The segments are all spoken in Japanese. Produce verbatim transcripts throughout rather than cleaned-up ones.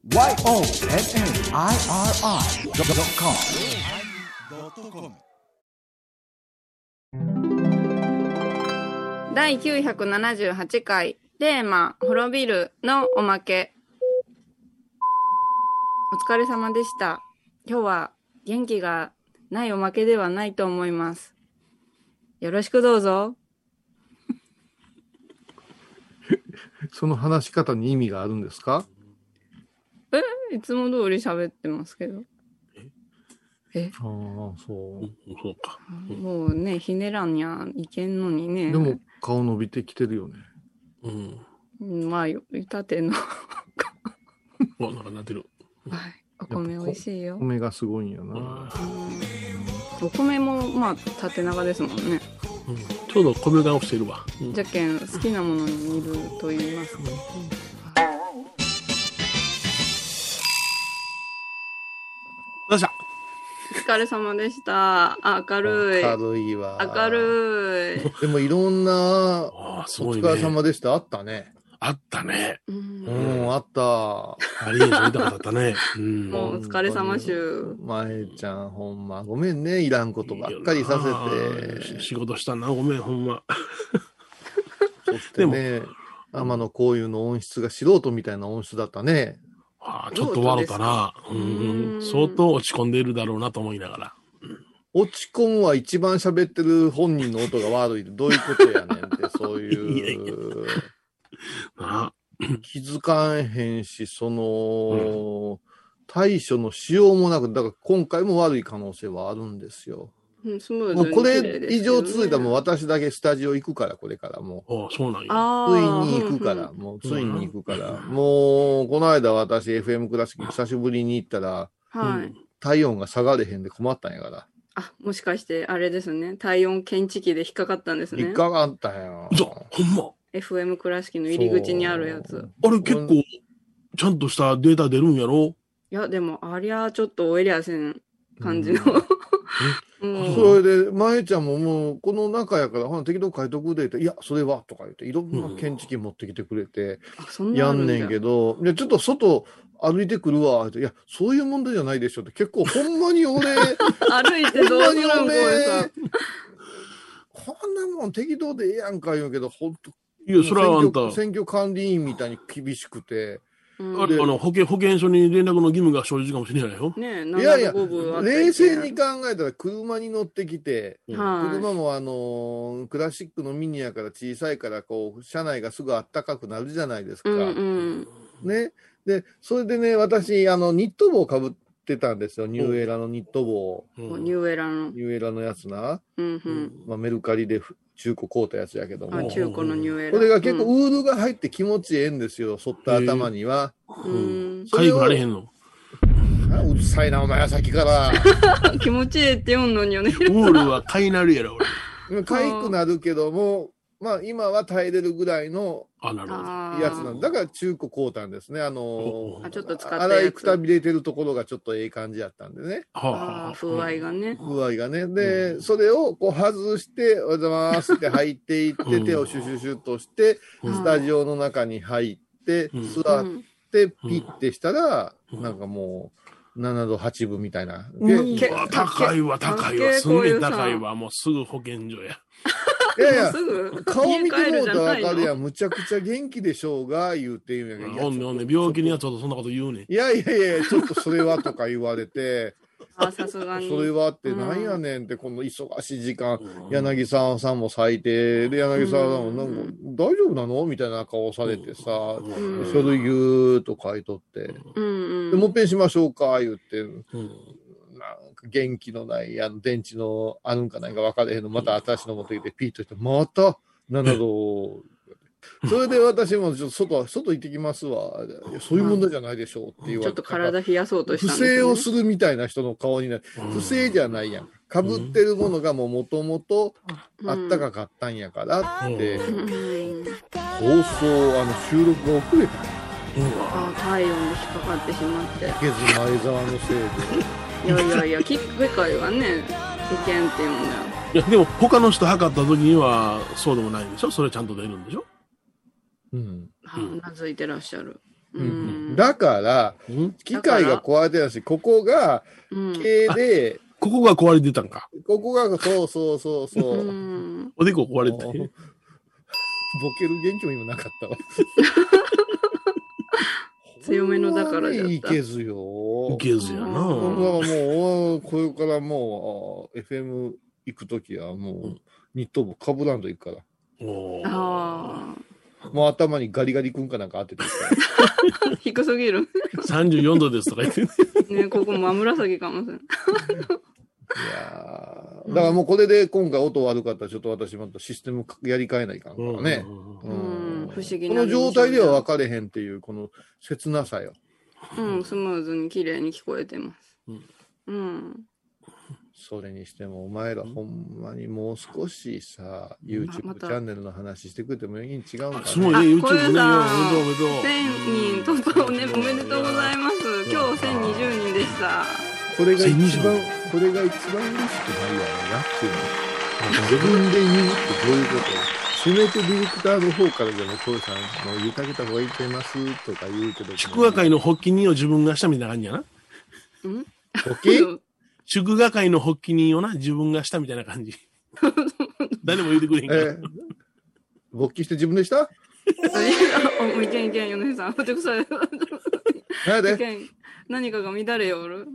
ワイオーエヌエヌアイアールアイドットコムだいきゅうひゃくななじゅうはちかいテーマ滅びるのおまけ。お疲れ様でした。今日は元気がないおまけではないと思います。よろしくどうぞ。 その話し方に意味があるんですか？ え、いつも通り喋ってますけど。え、 ああ、そう。 そうか。 もうね、ひねらんにゃいけんのにね。 でも顔伸びてきてるよね。 うん。 まあ、縦の。 わ、なんかなってる。 はい。お米美味しいよ。 米がすごいんやな。 お米もまあ縦長ですもんね。 うん、ちょうど米が落ちてるわ。うん、 じゃけん好きなものに似ると言いますね。 よっしゃ。 お疲れ様でした。あ、明るい。 明るいわ。 明るい。 でもいろんなおお疲れ様でした。あったね。 あったね。 うん、うん、あった。 ありえず見たかったね。うん、 もうお疲れ様しゅう。 まえちゃん、ほんま。ごめんね。いらんことばっかりさせて。 仕事したな。ごめん、ほんま。 そしてね、天野幸雄の音質が素人みたいな音質だったね。 ああ、ちょっと笑ったな。うん、相当落ち込んでいるだろうなと思いながら。 うん、落ち込むは一番喋ってる本人の音が悪いってどういうことやねんって、そういう。いやいやな気づかんへんし、その、うん、対処のしようもなく、だから今回も悪い可能性はあるんですよ。 うん、そうですね、 もうこれ以上続いたらもう私だけスタジオ行くから、これからもう。 ああ、そうなんや。 ついに行くから、もうついに行くから。もう、この間私 エフエム クラシック久しぶりに行ったら、 はい、 体温が下がれへんで困ったんやから。 あ、もしかしてあれですね。体温検知器で引っかかったんですね。 引っかかったよ。 そう、ほんま。 エフエム 倉敷の入り口にあるやつ。 あれ結構、ちゃんとしたデータ出るんやろ？ いや、でも、ありゃちょっとおえりゃせん感じの。 うん、それで、まえちゃんももう、この中やから、ほな、適当書いとくでって、いや、それは、とか言って、いろんな検知器持ってきてくれて、うん、やんねんけど、いや、ちょっと外歩いてくるわ、って、いや、そういう問題じゃないでしょって、結構、ほんまに俺、 歩いてどうするん、これさ。 こんなもん適当でええやんか言うけど、ほんと、 いや、それはあんた。 選挙管理員みたいに厳しくて。 うん、あれ、あの、保険、保険証に連絡の義務が生じるかもしれないよ。 ねえ、 いやいや、冷静に考えたら車に乗ってきて、うん、車もあの、クラシックのミニやから小さいから、こう、車内がすぐあったかくなるじゃないですか。うんうん、ね。で、それでね、私、あの、ニット帽かぶってたんですよ。ニューエラのニット帽。 うん、ニューエラの。 ニューエラのやつな。 うんうん、 まあ、メルカリで中古買うたやつやけども。 あ、中古のニューエラ。 これが結構ウールが入って気持ちええんですよ。反った頭には。 うん。かゆくなれへんの？ うるさいな、お前はさっきから。 気持ちええって言うんのによね。 ウールはかいなるやろ、 俺。かゆくなるけども、まあ今は耐えれるぐらいのやつなんだから中古買うたんですね。あのー、ちょっと使った洗いくたびれてるところがちょっとええ感じやったんでね。 ああ、風合いがね。 風合いがね。で、うん、それをこう外して、おはようございますって入っていって、うん、手をシュシュシュとして、うん、スタジオの中に入って、うん、座って、ピッてしたら、なんかもう、ななどはちぶみたいな。 うわ、高いわ、高いわ。すんげえ高いわ。もうすぐ保健所や。 いやいや、顔見てもうたらわかるやん。むちゃくちゃ元気でしょうが、言うて言うんやけど。 ほんでほんで、病気にやつほどそんなこと言うねん。 いやいやいや、ちょっとそれはとか言われて。 あ、さすがに。 それはってなんやねんって、この忙しい時間、うん、柳沢さんも最低で、柳沢さんもなんか、うん、大丈夫なのみたいな顔されてさ、うん、書類ぎゅーっと書いとって、うん、でもっぺんしましょうか、言って、うんなんか元気のないあの電池のあるんかないか分からへんの、また新しいの持ってきて、ピーッとして、またななど。それで私もちょっと外、外行ってきますわ。いやそういう問題じゃないでしょうって言われて。 ちょっと体冷やそうとしたんですね。 不正をするみたいな人の顔になる。不正じゃないやん。かぶってるものがもうもともとあったかかったんやからって、うん、放送、あの収録が遅れた。 うん、ああ、体温で引っかかってしまって。 いけず前澤のせいで。 いやいやいや、機械はね、危険っていうんだよ。 いや、でも他の人測った時にはそうでもないんでしょ？それちゃんと出るんでしょ？ うん。 はあ、うなずいてらっしゃる。 うん。 だから、 うん機械が壊れてるし、ここが、 うん。 毛で、 ここが壊れてたんか。 ここが、そうそうそうそうう。 ん。 おでこ壊れて。 ボケる元気も今なかったわ。 強めのだからじゃったほんまにいけずよ。 いけずやな。 だからもう、これからもう、エフエム 行くときはもう、ニット帽かぶらんと行くから。 おーああ。 もう頭にガリガリ君かなんか当ててるから。 低すぎる。 さんじゅうよんどですとか言って。 ね、ここ真紫かもしれない。 いやーだからもうこれで今回音悪かったらちょっと私またシステムやり替えないかんからね。 うんうん不思議こなの状態では分かれへんっていうこの切なさよ。 うん、スムーズに綺麗に聞こえてます。 うんうん。 それにしてもお前らほんまにもう少しさ、YouTube またチャンネルの話してくれてもいいん違うんかね。 すごいね、 あ YouTube 小遊ね。 さんおめでとうおめでとう。 せんにん突破をね、おめでとうございます。今日せんにじゅうにんでした。 これが一せんにじゅう番、これが一番嬉しくないわね。やっていうの。自分で言うってどういうことせめてディレクターの方からでも、父さん、もう言ってあげた方がいいと思いますとか言うけど。 祝賀会の発起人を自分がしたみたいな感じやな。 うんボケそう祝賀会の発起人をな、自分がしたみたいな感じ。誰も言うてくれへんから。 えー、勃起して自分でしたあ、もういけんいけん、米さん。ふてくさい。 なんでいけん。何かが乱れよる。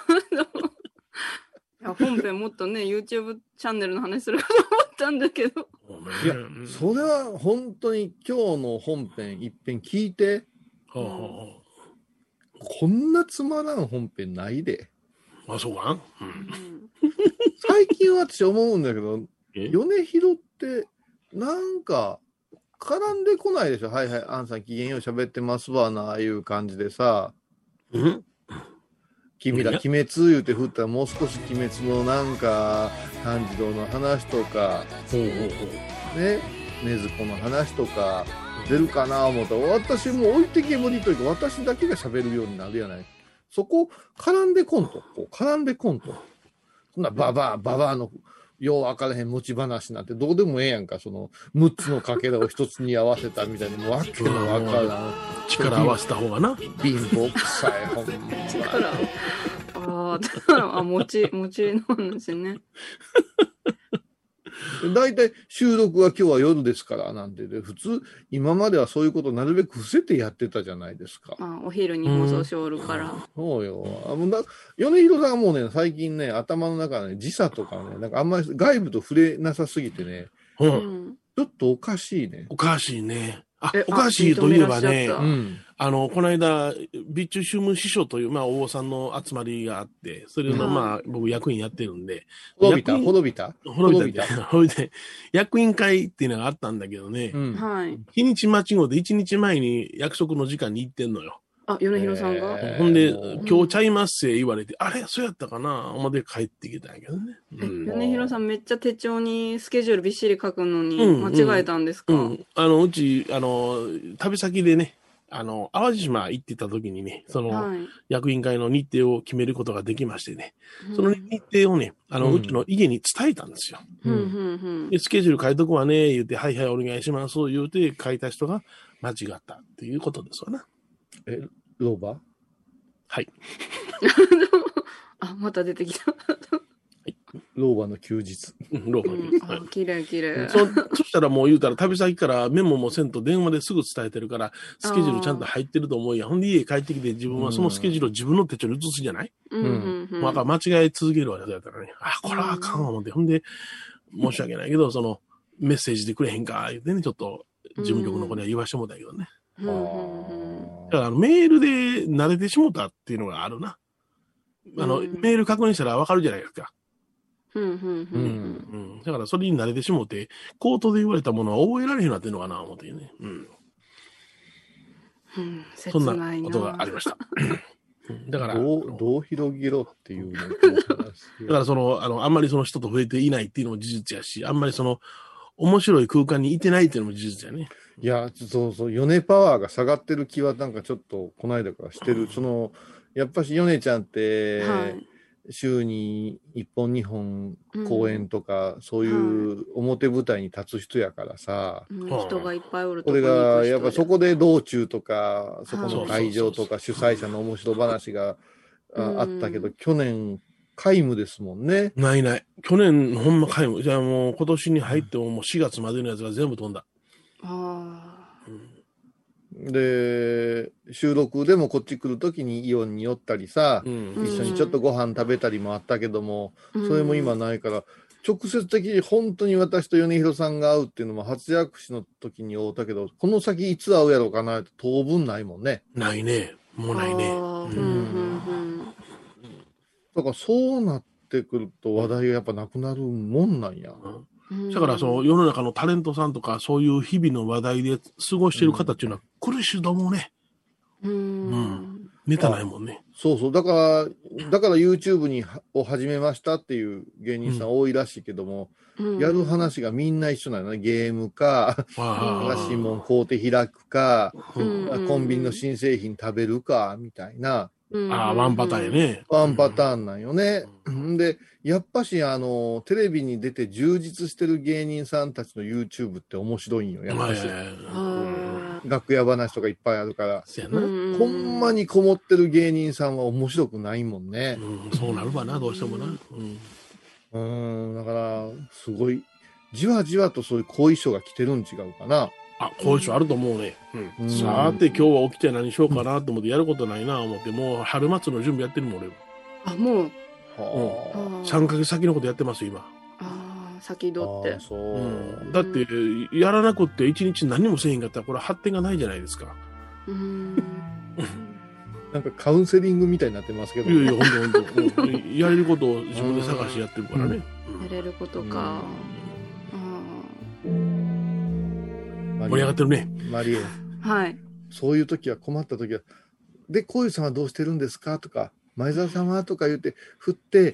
いや本編もっとね、YouTube チャンネルの話するかと思ったんだけど。 いや、それは本当に今日の本編一遍聞いて、 ほうほうほうこんなつまらん本編ないで。 あ、そうかな。うん最近私思うんだけど、 え米広ってなんか絡んでこないでしょ。はいはい、アンさん機嫌よう喋ってますわな、ああいう感じでさ、 うん君らいや鬼滅言うて振ったらもう少し鬼滅のなんか炭治郎の話とか、 ほうほうほう。 ね、禰豆子の話とか出るかな思ったら、私もう置いてけぼりというか私だけが喋るようになるやない。そこ絡んでこんと、こう絡んでこんと。そんなババア、ババアのよう分からへん持ち話なんてどうでもええやんか。そのむっつのかけらを一つに合わせたみたいに、もうわけのわからん。 力合わせた方がな。 貧乏くさい、ほんま。 力を。ああ、だから、あ、餅、餅の話ね。 大体収録は今日は夜ですからなんてで、普通今まではそういうことをなるべく伏せてやってたじゃないですか。 まあ、お昼に放送しおるから。 そうよ。あもうだ米広さんがもうね、最近ね、頭の中ね、時差とかね、なんかあんまり外部と触れなさすぎてね、 う。 うんん。 ちょっとおかしいね。 おかしいね。あえ、 おかしいといえばねあ認めらっしゃっ、たうん。 あの、この間、備中宗務師匠という、まあ、お坊さんの集まりがあって、それの、 うんまあ、僕役員やってるんで、 滅びた役員滅びた滅びたって、滅びて、役員会っていうのがあったんだけどね、 うん。 はい。 日にち間違うていちにちまえに約束の時間に行ってんのよ。 あ、米広さんが、 えーほんでもう、 今日ちゃいますって言われて、あれそうやったかな思って帰ってきたんやけどね。 え、 うん。 米広さんめっちゃ手帳にスケジュールびっしり書くのにうん間違えたんですか、 うん。あの、うち、あの、旅先でね、あの、淡路島行ってた時にね、その、 はい。 役員会の日程を決めることができましてね、そのうん日程をね、あの、 うんうちの家に伝えたんですよ。 うんうんうんで、スケジュール書いとくわね、言うて、はいはい、お願いします、言うて、書いた人が間違ったっていうことですわな。 え、老婆はい。 あ、また出てきた。 老婆の休日。 うん、ローうんマに。はいあ、綺麗綺麗。 そそしたらもう言うたら旅先からメモもせんと電話ですぐ伝えてるから、スケジュールちゃんと入ってると思うやん。ほんで家帰ってきて自分はそのスケジュールを自分の手帳に移すじゃない、 うんうんうん。 まあ、間違え続けるわけだったらね、あ、これはあかんわ思って、ほんで、申し訳ないけど、その、メッセージでくれへんか、言ってね、ちょっと、事務局の子には言わしてもらったけどね。 うんうんうんだから、あのメールで慣れてしもたっていうのがあるな。あの、 うんメール確認したらわかるじゃないですか。 うんうんううんん。 うん。だから、それに慣れてしもて、口頭で言われたものは覚えられへんようになってんのかな、思ってね。うん。 うん。 そ切んないなことがありました。うんだから、 どう、どう広げろっていうのだからその、あの、あんまりその人と触れていないっていうのも事実やし、あんまりその、面白い空間にいてないっていうのも事実やね。 いや、そうそう、米パワーが下がってる気はなんかちょっとこの間からしてる。その、やっぱし米ちゃんって、 はい。 週にいっぽんにほん公演とか、うん、そういう表舞台に立つ人やからさ、 うん、人がいっぱいおるとこれがやっぱそこで道中とかそこの会場とか主催者の面白話があったけど、去年皆無ですもんね。 ないない。去年ほんま皆無。じゃあもう今年に入ってももうしがつまでのやつが全部飛んだ。 ああ。 うんで収録でもこっち来るときにイオンに寄ったりさ、うん、一緒にちょっとご飯食べたりもあったけども、うん、それも今ないから直接的に本当に私と米広さんが会うっていうのも初役士の時に会うたけど、この先いつ会うやろうかなって当分ないもんね。 ないね、もうないね。うん、 だからそうなってくると話題がやっぱなくなるもんなんや。 うんだからその世の中のタレントさんとかそういう日々の話題で過ごしている方っていうのは苦しいと思うね。うん。うん。ネタないもんね。 そうそう。だから、だから YouTube にを始めましたっていう芸人さん多いらしいけども、うん、やる話がみんな一緒なのね。ゲームか、新しいもん買うて開くか、うん、コンビニの新製品食べるか、みたいな。 うん、ああ、ワンパターンやね。 ワンパターンなんよね。うん、で、やっぱし、あの、テレビに出て充実してる芸人さんたちの YouTube って面白いんよ、やっぱし。楽屋話とかいっぱいあるから。ほんまにこもってる芸人さんは面白くないもんね。 うん、そうなるわな、どうしてもな。 うん、うんだから、すごい、じわじわとそういう後遺症が来てるん違うかな。 あ、後遺症あると思うね。うん、さて今日は起きて何しようかなと思ってやることないなと思って、もう春祭りの準備やってるもん俺は。 あ、もう。 うん、さんかげつ先のことやってます今。 ああ、先取って。 そう、 うん。だってやらなくって一日何もせへんかったらこれ発展がないじゃないですか。 うん。 なんかカウンセリングみたいになってますけど、 ね。いやいや本当本当、うん、やれることを自分で探してやってるからね。 うん、やれることか。 うん。 盛り上がってるね。 マリエ。 はい。 そういう時は困った時は、で、こういうさんはどうしてるんですかとか、前澤さんはとか言って、振って、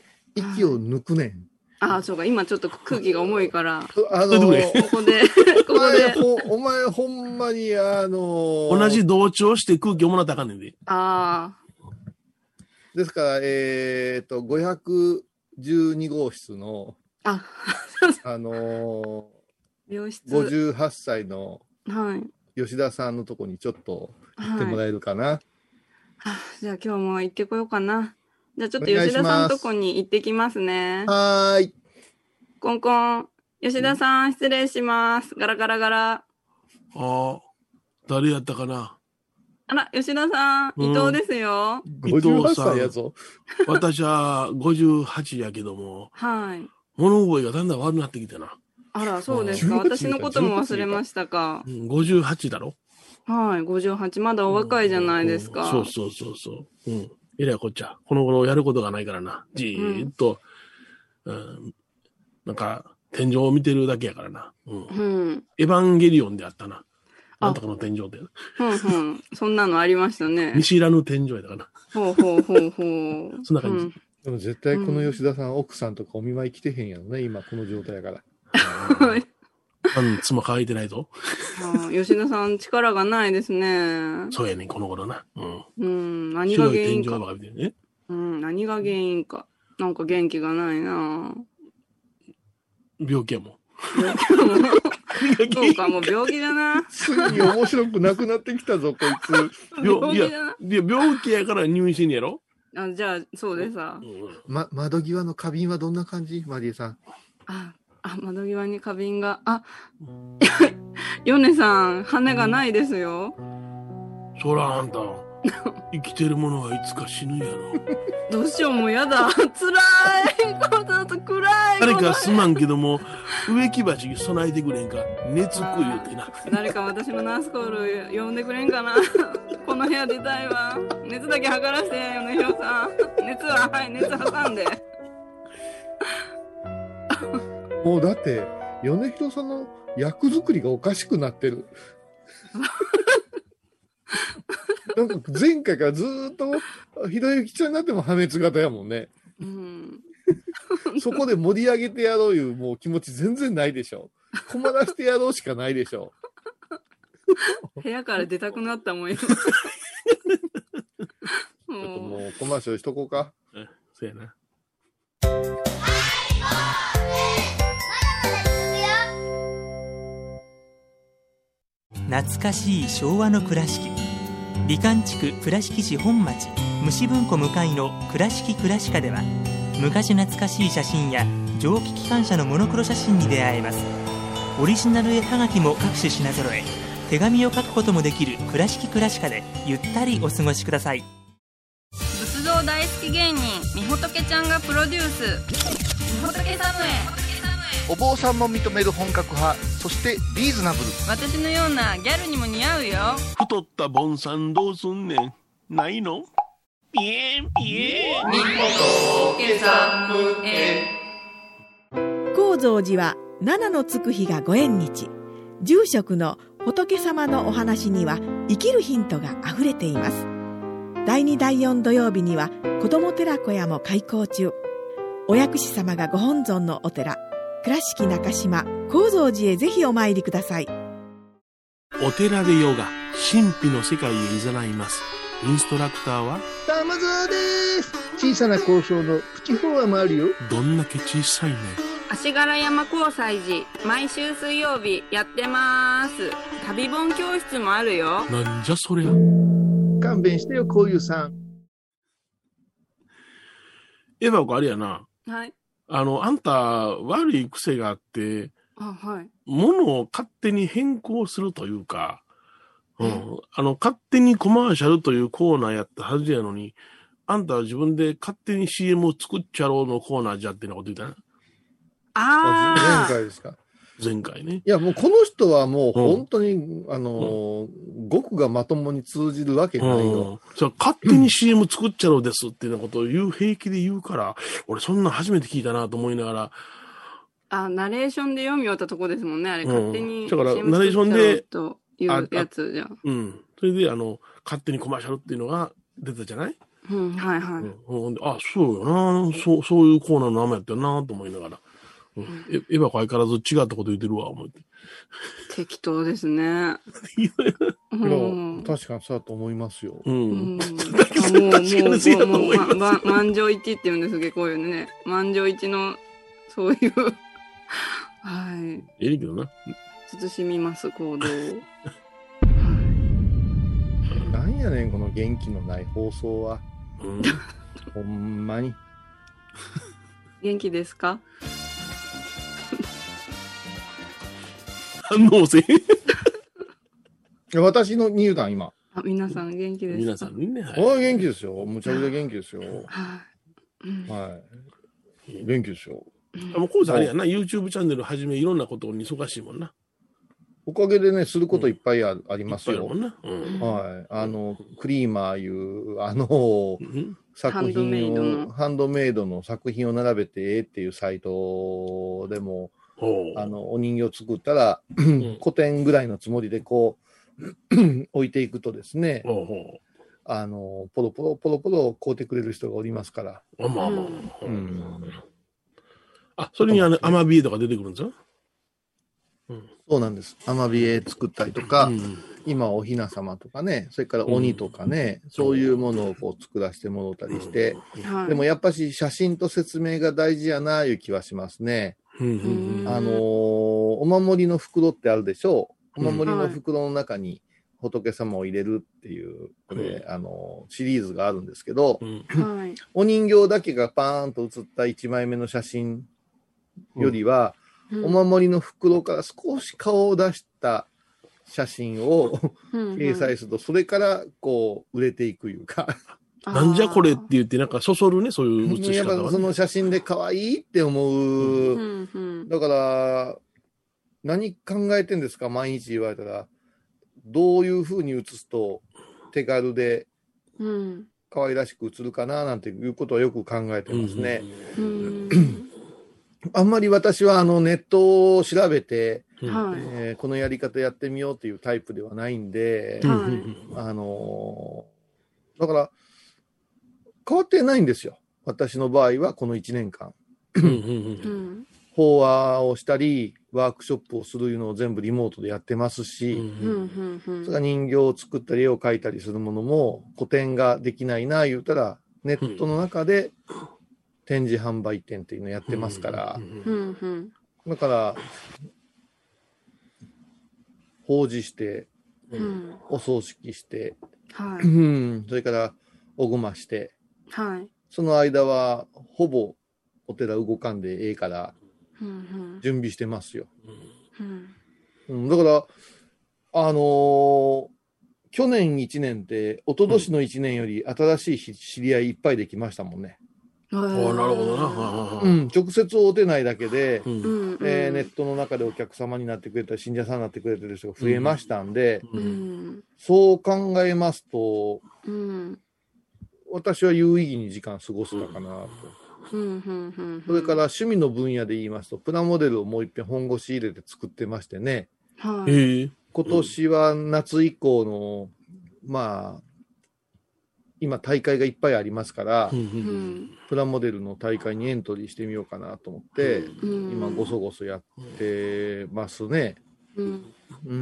息を抜くねん。 ああ、そうか。今ちょっと空気が重いから。 あのー、 ここで、ここで。 お前ほんまに、あのー、 同じ同調して空気をもらったらあかんねんで。 ああ。 ですから、えっと、ごひゃくじゅうにごうしつの、 あ、 あのー、 病室ごじゅうはっさいのはい吉田さんのとこにちょっと行ってもらえるかな。はいはあ、じゃあ今日も行ってこようかな。じゃあちょっと吉田さんのとこに行ってきますね。 はーい。 コンコン。吉田さん、失礼します。ガラガラガラ。 ああ、誰やったかな。 あら、吉田さん、うん、伊藤ですよ。 ごじゅうはっさいやぞ。 私はごじゅうはちやけども、 はい。 物覚えがだんだん悪くなってきてな。 あら、そうですか。私のことも忘れましたか。 うん、ごじゅうはちだろ。 はい、ごじゅうはち。まだお若いじゃないですか。 うんうん、そうそうそうそう。うん。えらいこっちゃ。この頃やることがないからな。じーっと、うん、うん、なんか、天井を見てるだけやからな。うん。うん、エヴァンゲリオンであったな。なんとかの天井で。 うんうん。そんなのありましたね。 見知らぬ天井やだからな。 ほうほうほうほう。 そんな感じ。うん、 でも絶対この吉田さん、うん、奥さんとかお見舞い来てへんやろね、今この状態やから。 パンツも乾いてないぞ。 あ吉田さん力がないですね。 そうやねん、この頃な。うん。 うん、何が原因か。ね、うん、何が原因か。なんか元気がないな。 病気やもん。 病気やもん。そうか、もう病気だな。 ついに面白くなくなってきたぞ、こいつ。 病気だな。いや、病気やから入院してんやろ。 あ、じゃあ、そうでさ。 ま、窓際の花瓶はどんな感じマリエさん。 あ、あ、窓際に花瓶が、あ、ヨネさん、羽がないですよ。 そらあんた、生きてるものはいつか死ぬやろ。 どうしよう、もうやだ。辛いことだと暗い。 誰かすまんけども、植木鉢備えてくれんか、熱く言うてな。 誰か私のナースコール呼んでくれんかな。この部屋出たいわ。熱だけ測らせて、米広さん。熱は、はい、熱挟んで。 もうだって、米広さんの役作りがおかしくなってる。なんか前回からずーっとひろゆきちゃんになっても破滅型やもんね。 うん、 そこで盛り上げてやろういうもう気持ち全然ないでしょ。困らせてやろうしかないでしょ。 部屋から出たくなったもんよ。ちょっともうコマーシャルしとこうか。 うん、そうやな。 懐かしい昭和の倉敷、美観地区倉敷市本町虫文庫向かいの倉敷倉歯科では、昔懐かしい写真や蒸気機関車のモノクロ写真に出会えます。オリジナル絵はがきも各種品揃え、手紙を書くこともできる倉敷倉歯科でゆったりお過ごしください。 仏像大好き芸人みほとけちゃんがプロデュース、みほとけサムエ。 お坊さんも認める本格派、そしてリーズナブル。 私のようなギャルにも似合うよ。 太ったボンさんどうすんねん、ないの？ピエンピエン。みほとけサムエ。 高蔵寺は七のつく日がご縁日。住職の仏様のお話には生きるヒントがあふれています。だいにだいよん土曜日には子ども寺小屋も開校中。お薬師様がご本尊のお寺、倉敷中島・高蔵寺へぜひお参りください。 お寺でヨガ、神秘の世界へ誘います。インストラクターは玉沢です。小さな交渉のプチフォアもあるよ。 どんだけ小さいね。 足柄山交際時、毎週水曜日やってます。旅本教室もあるよ。 なんじゃそりゃ。 勘弁してよ、こういうさん。 エヴァ子あれやな。 はい。 あの、あんた悪い癖があって、 あ、はい。 物を勝手に変更するというか、うん、あの、勝手にコマーシャルというコーナーやったはずやのに、あんたは自分で勝手に シーエム を作っちゃろうのコーナーじゃってなこと言ったな。 ああ。 前回ですか。 前回ね。 いや、もうこの人はもう本当に、うん、あの、語句がまともに通じるわけないよ。 うん、それ勝手に シーエム 作っちゃろうですっていうようなことを言う、平気で言うから、俺そんな初めて聞いたなと思いながら。 あ、ナレーションで読み終わったとこですもんね、あれ。勝手に、 うん。だから、ナレーションで、 というやつじゃん。 うん。それで、あの、勝手にコマーシャルっていうのが出たじゃない？ うん、はいはい。 うん、あ、そうよな。そう、そういうコーナーの名前やったよなと思いながら。うん、え、エヴァ子相変わらず違ったこと言ってるわ、思って。 適当ですね。 うん、確かにそうだと思いますよ。 うん。うん、 もう、もう、もう、ま、満場一致って言うんですけど、こういうのね。満場一致の、そういう、はい。 ええけどな。 慎みます、行動を。 なんやねん、この元気のない放送は。うん、ほんまに。 元気ですか？ 反応せん。 私の入団今。 あ、皆さん元気ですか？ 皆さんね。 はい。あ、元気ですよ。むちゃくちゃ元気ですよ。 はい。 はい。元気ですよ。 あ、もうこうさんあれやな、YouTube チャンネルはじめいろんなことに忙しいもんな。 おかげでね、することいっぱいありますよ。 うん、 はい。あの、クリーマーいう、あの、うん、作品を、ハンドメイドの作品を並べてええっていうサイトでも、あの、お人形作ったら、うん、古典ぐらいのつもりでこう、置いていくとですね、あの、ポロポロポロポロ買うてくれる人がおりますから。 あ、まあまあ。うん、あ、それにあの、アマビエとか出てくるんですよ。 うん、そうなんです。アマビエ作ったりとか、うん、今お雛様とかね、それから鬼とかね、うん、そういうものをこう作らせてもらったりして、うん、でもやっぱし写真と説明が大事やないう気はしますね。うん、あのー、お守りの袋ってあるでしょう。お守りの袋の中に仏様を入れるっていう、これ、うん、あのー、シリーズがあるんですけど、うん、お人形だけがパーンと写ったいちまいめの写真よりは、うん、お守りの袋から少し顔を出した写真を掲載すると、それからこう売れていくいうか。 なんじゃこれって言って、なんかそそるね、そういう写し方は、ね。 やっぱその写真で可愛いって思う。うんうん、だから、何考えてんですか毎日言われたら。どういう風に写すと手軽で可愛らしく写るかななんていうことはよく考えてますね。うんうんうんあんまり私はあのネットを調べて、はいえー、このやり方やってみようというタイプではないんで、はい、あのー、だから変わってないんですよ。私の場合はこのいちねんかん。法話をしたり、ワークショップをするのを全部リモートでやってますし、それから人形を作ったり絵を描いたりするものも古典ができないな言うたら、ネットの中で展示販売店っていうのやってますから、 うんうん、 だから法事して、 うん、 お葬式して、 はい、 うん、それからおごまして、 はい、 その間はほぼお寺動かんでええから、 うんうん、 準備してますよ、 うんうん、だからあのー、去年いちねんって一昨年のいちねんより新しい知り合いいっぱいできましたもんね。 ああ、なるほどな。 うん、直接会うてないだけで、 うんえー、ネットの中でお客様になってくれた信者さんになってくれてる人が増えましたんで、 うん、 そう考えますと、 うん、 私は有意義に時間過ごせたかなと。 うんうんうんうん、 それから趣味の分野で言いますと、プラモデルをもう一遍本腰入れて作ってましてね、 はい、 今年は夏以降の、まあ、今大会がいっぱいありますから、 うん、 プラモデルの大会にエントリーしてみようかなと思って、うん、今ごそごそやってますね。 うんうん、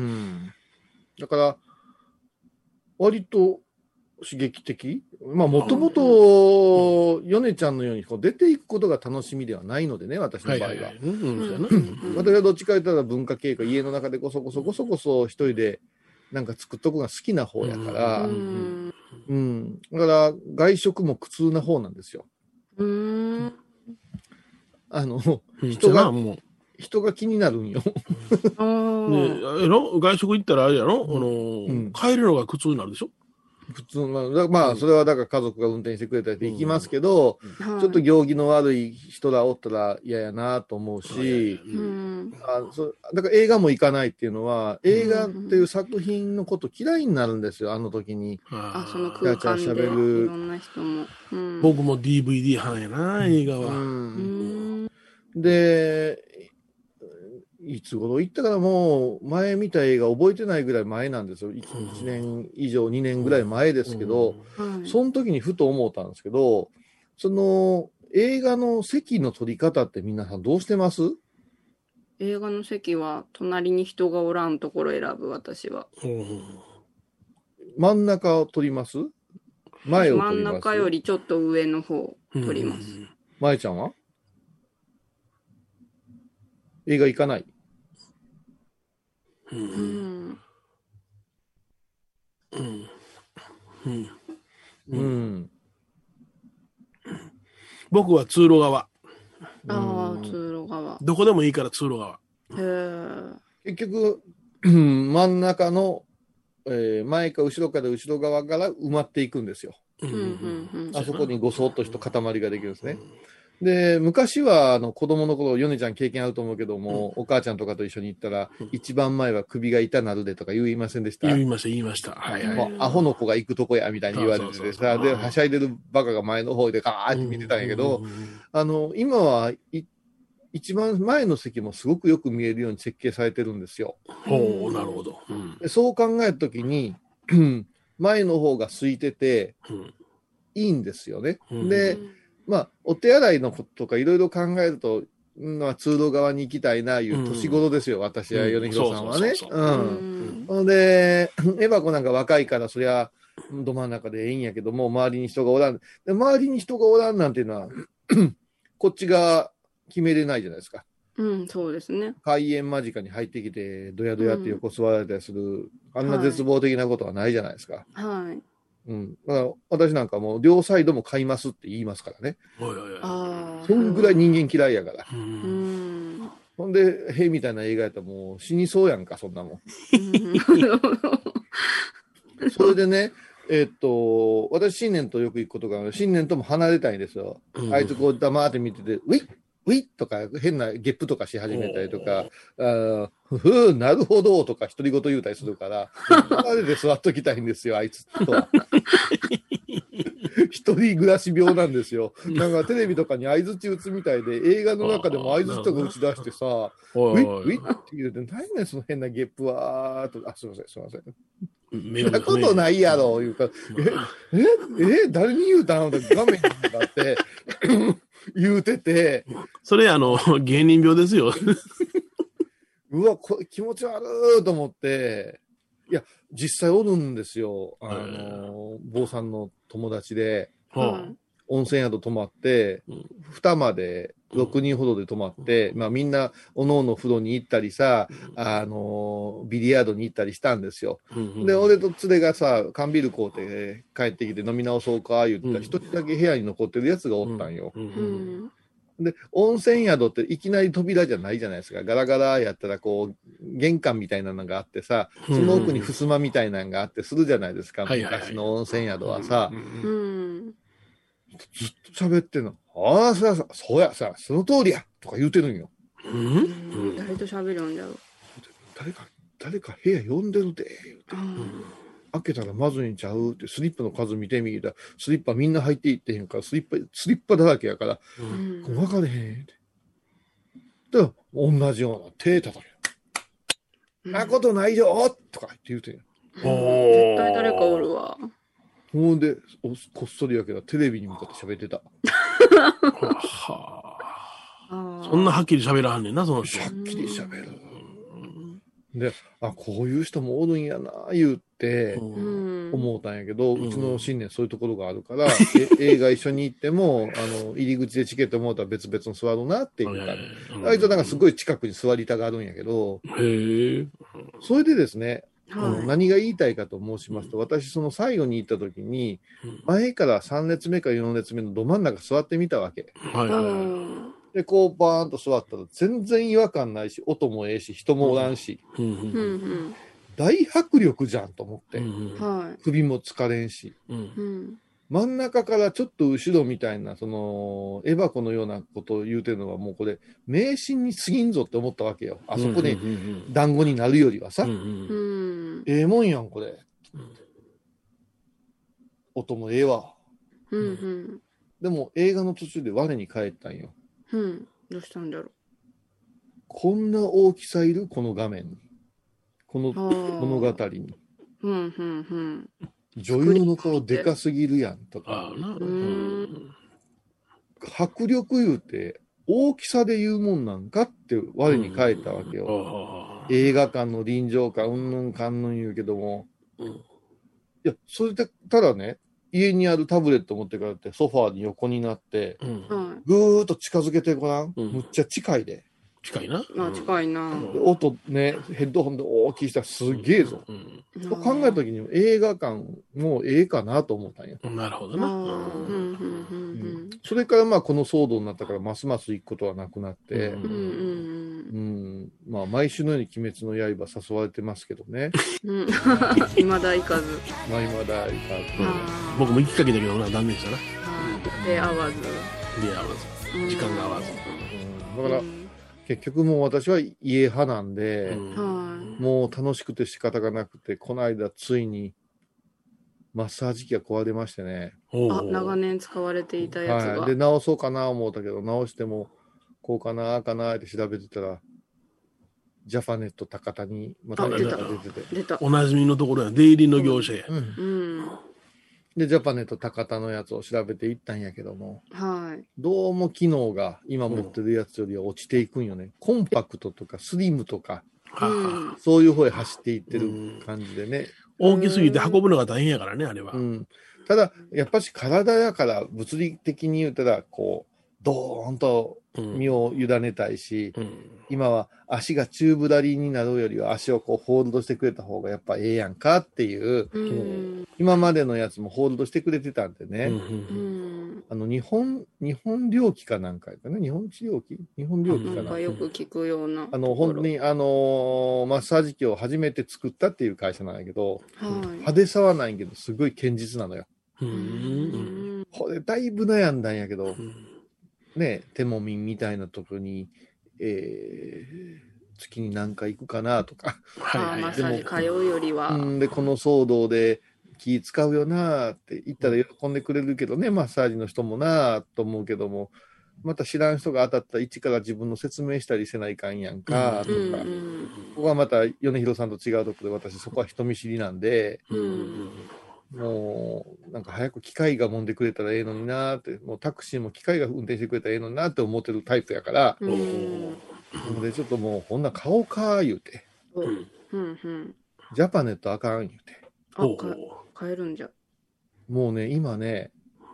だから割と刺激的。まあもともと米ちゃんのようにこう出ていくことが楽しみではないのでね、私の場合は。私はどっちか言ったら文化系か家の中でこそこそこそこそ一人でなんか作っとくのが好きな方やから、うんうん、だから外食も苦痛な方なんですよ。 うーん、 あの人が人が気になるんよ。ね、 えの外食行ったらあれやろ、あの、うん、帰るのが苦痛になるでしょ。 普通の、まあ、それはだから家族が運転してくれたりで行きますけど、うん、ちょっと行儀の悪い人らおったら嫌やなと思うし、うん、あそだから映画も行かないっていうのは、映画っていう作品のこと嫌いになるんですよ、あの時に。 あ、その空間でいろんな人も。 うん、僕も ディーブイディー 派やな、映画は。うん、 で、いつ頃行ったからもう前見た映画覚えてないぐらい前なんですよ。いちねん以上にねんぐらい前ですけど、うんうん、その時にふと思ったんですけど、その映画の席の取り方って皆さんどうしてます？ 映画の席は隣に人がおらんところ選ぶ、私は。 真ん中を取ります？前を取ります？ 真ん中よりちょっと上の方を取ります。 まえちゃんは？映画行かない？ うん。 うん。うん。うん。 僕は通路側。 ああ、通路側。 どこでもいいから通路側。 へえ。結局、真ん中の、えー、前か後ろから後ろ側から埋まっていくんですよ。 うんうんうん、 あそこにごそっとした塊ができるんですね。で、昔はあの子供の頃、ヨネちゃん経験あると思うけども、うん、お母ちゃんとかと一緒に行ったら、うん、一番前は首が痛なるでとか言いませんでした？ 言いました、言いました。はいはい。 アホの子が行くとこや、みたいに言われててさ、で、はしゃいでるバカが前の方でガーって見てたんやけど、あの、今は、一番前の席もすごくよく見えるように設計されてるんですよ。 ほう、なるほど。 うん、そう考えたときに、前の方が空いてて、いいんですよね。うん、で、まあ、お手洗いのこととかいろいろ考えると、まあ、通路側に行きたいな、いう年頃ですよ、うん、私や米広さんはね。ほんで、エバコなんか若いから、そりゃ、ど真ん中でいいんやけども、周りに人がおらん。で周りに人がおらんなんていうのは、こっちが決めれないじゃないですか。 うん、そうですね。 開演間近に入ってきて、どやどやって横座られたりする、うん、あんな絶望的なことはないじゃないですか。 はい。 うん、だから私なんかもう両サイドも買いますって言いますからね。 あそんぐらい人間嫌いやから。うん、ほんで、へいみたいな映画やったらもう死にそうやんか、そんなもん。それでね、えー、っと、私、新年とよく行くことがある。新年とも離れたいんですよ。うん、あいつこう黙って見てて、ウィッウィッとか変なゲップとかし始めたりとか、あふふなるほどとか独り言言うたりするから、離れて座っときたいんですよ、あいつとは。一人暮らし病なんですよ。なんかテレビとかに相槌打つみたいで、映画の中でも相槌とか打ち出してさ、ウィッウィッって言うて、何やねんその変なゲップはーと、あ、すいません、すいません。そんなことないやろ、言うから、え、え、え、誰に言うたのって画面に向かって言うてて。 それ、あの、芸人病ですよ。 うわ、こ気持ち悪いと思って、いや、実際おるんですよ。あの、坊さんの友達で、 は温泉宿泊まって、うん、二間でろくにんほどで泊まって、うん、まあみんなおのおの風呂に行ったりさ、うん、あのビリヤードに行ったりしたんですよ。うんうん、で俺と連れがさ缶ビール買うて帰ってきて飲み直そうか言ったら一、うん、人だけ部屋に残ってるやつがおったんよ。うんうんうん、で温泉宿っていきなり扉じゃないじゃないですか。ガラガラやったらこう玄関みたいなのがあってさ、その奥に襖みたいなのがあってするじゃないですか、うんうん、昔の温泉宿はさ、うんうん、ずっと喋ってんの。ああ、そうや、そうや、さ、その通りやとか言うてるんよ。 うん、うん、誰と喋るんだろう。 誰か、誰か部屋呼んでるで、言うて。うん、開けたらまずいんちゃうって、スリッパの数見てみたら、スリッパみんな入っていってへんから、スリッパ、スリッパだらけやから、うん、分かれへんって。で、同じような手叩く。うん、なことないよとか言って言うてんよ。 絶対誰かおるわ。 ほんで、こっそりやけど、テレビに向かって喋ってた。 はあ、そんなはっきり喋らはんねんな、その人。 はっきり喋る。で、あ、こういう人もおるんやな、言って、思ったんやけど、うちの新年そういうところがあるから、映画一緒に行っても、あの、入り口でチケットもらったら別々に座るなっていうか、あいつはなんかすごい近くに座りたがるんやけど、へそれでですね、はい、何が言いたいかと申しますと、私その最後に行った時に、前からさん列目かよん列目のど真ん中座ってみたわけ。はいはい、で、こうバーンと座ったら全然違和感ないし、音もええし、人もおらんし、うんうん、大迫力じゃんと思って、うんうん、首も疲れんし、うん、真ん中からちょっと後ろみたいな、その、エバコのようなことを言うてるのはもうこれ、迷信に過ぎんぞって思ったわけよ。あそこで団子になるよりはさ。うんうんうん、ええもんやん、これ。うん、音もええわ、うんうん。でも映画の途中で我に返ったんよ。 うん。どうしたんだろう。 こんな大きさいるこの画面に。この物語に。うんうんうん。女優の顔でかすぎるやんとか。うん、迫力言うて大きさで言うもんなんかって我に返ったわけよ。うん、映画館の臨場感うんぬんかんぬん言うけども。うん、いや、それでただね、家にあるタブレット持ってからってソファーに横になって、うん、ぐーっと近づけてごらん。うん、むっちゃ近いで。 近いな。 まあ近いな。 音ね、ヘッドホンで大きいしたらすげえぞ。うんうん、と考えた時に映画館もええかなと思ったんや。 なるほどな。 それからまあこの騒動になったからますます行くことはなくなって、うんうんうん、まあ毎週のように鬼滅の刃誘われてますけどね。 いまだ行かず。 まあいまだ行かず。 僕も行きかけたけどな、断念したな。 出会わず。 出会わず。時間が合わず。 だから、結局もう私は家派なんで、うん、もう楽しくて仕方がなくて、この間ついにマッサージ機が壊れましてね。 あ、長年使われていたやつが。 はい、で、直そうかな思ったけど、直してもこうかな、ああかなって調べてたら、ジャパネット高田にまた出てて。出た。 おなじみのところや、出入りの業者や。うん。 うんで、ジャパネット高田のやつを調べていったんやけども、はい。どうも機能が今持ってるやつよりは落ちていくんよね。うん、コンパクトとかスリムとか、うん、そういう方へ走っていってる感じでね。 うん、大きすぎて運ぶのが大変やからね、あれは。 うん。ただ、やっぱし体やから物理的に言うたら、こう、ドーンと身を委ねたいし、うんうん、今は足がチューブラリーになるよりは足をこうホールドしてくれた方がやっぱええやんかっていう、うん、今までのやつもホールドしてくれてたんでね、うん、あの日本日本猟奇かなんかかな、日本治療器日本猟奇かな、 なんかよく聞くような、 あの本当にあのー、マッサージ機を初めて作ったっていう会社なんやけど、はい、派手さはないけどすごい堅実なのよ。うん、これだいぶ悩んだんやけど、うんね、テモミンみたいなとこに、えー、月に何回行くかなとか。 はい、マッサージ通うよりは。 うん、で、この騒動で気使うよなって言ったら喜んでくれるけどね、うん、マッサージの人もなと思うけども、また知らん人が当たったら一から自分の説明したりせないかんやんか、とか。うん、ここはまた米広さんと違うところで私そこは人見知りなんで、うんもう、なんか早く機械が揉んでくれたらええのになーって、もうタクシーも機械が運転してくれたらええのになーって思ってるタイプやから、うん、で、ちょっともう、こんな買おうかー言うて、うんうんうん、ジャパネットあかん言うて。 あ、買えるんじゃ。 もうね、今ね、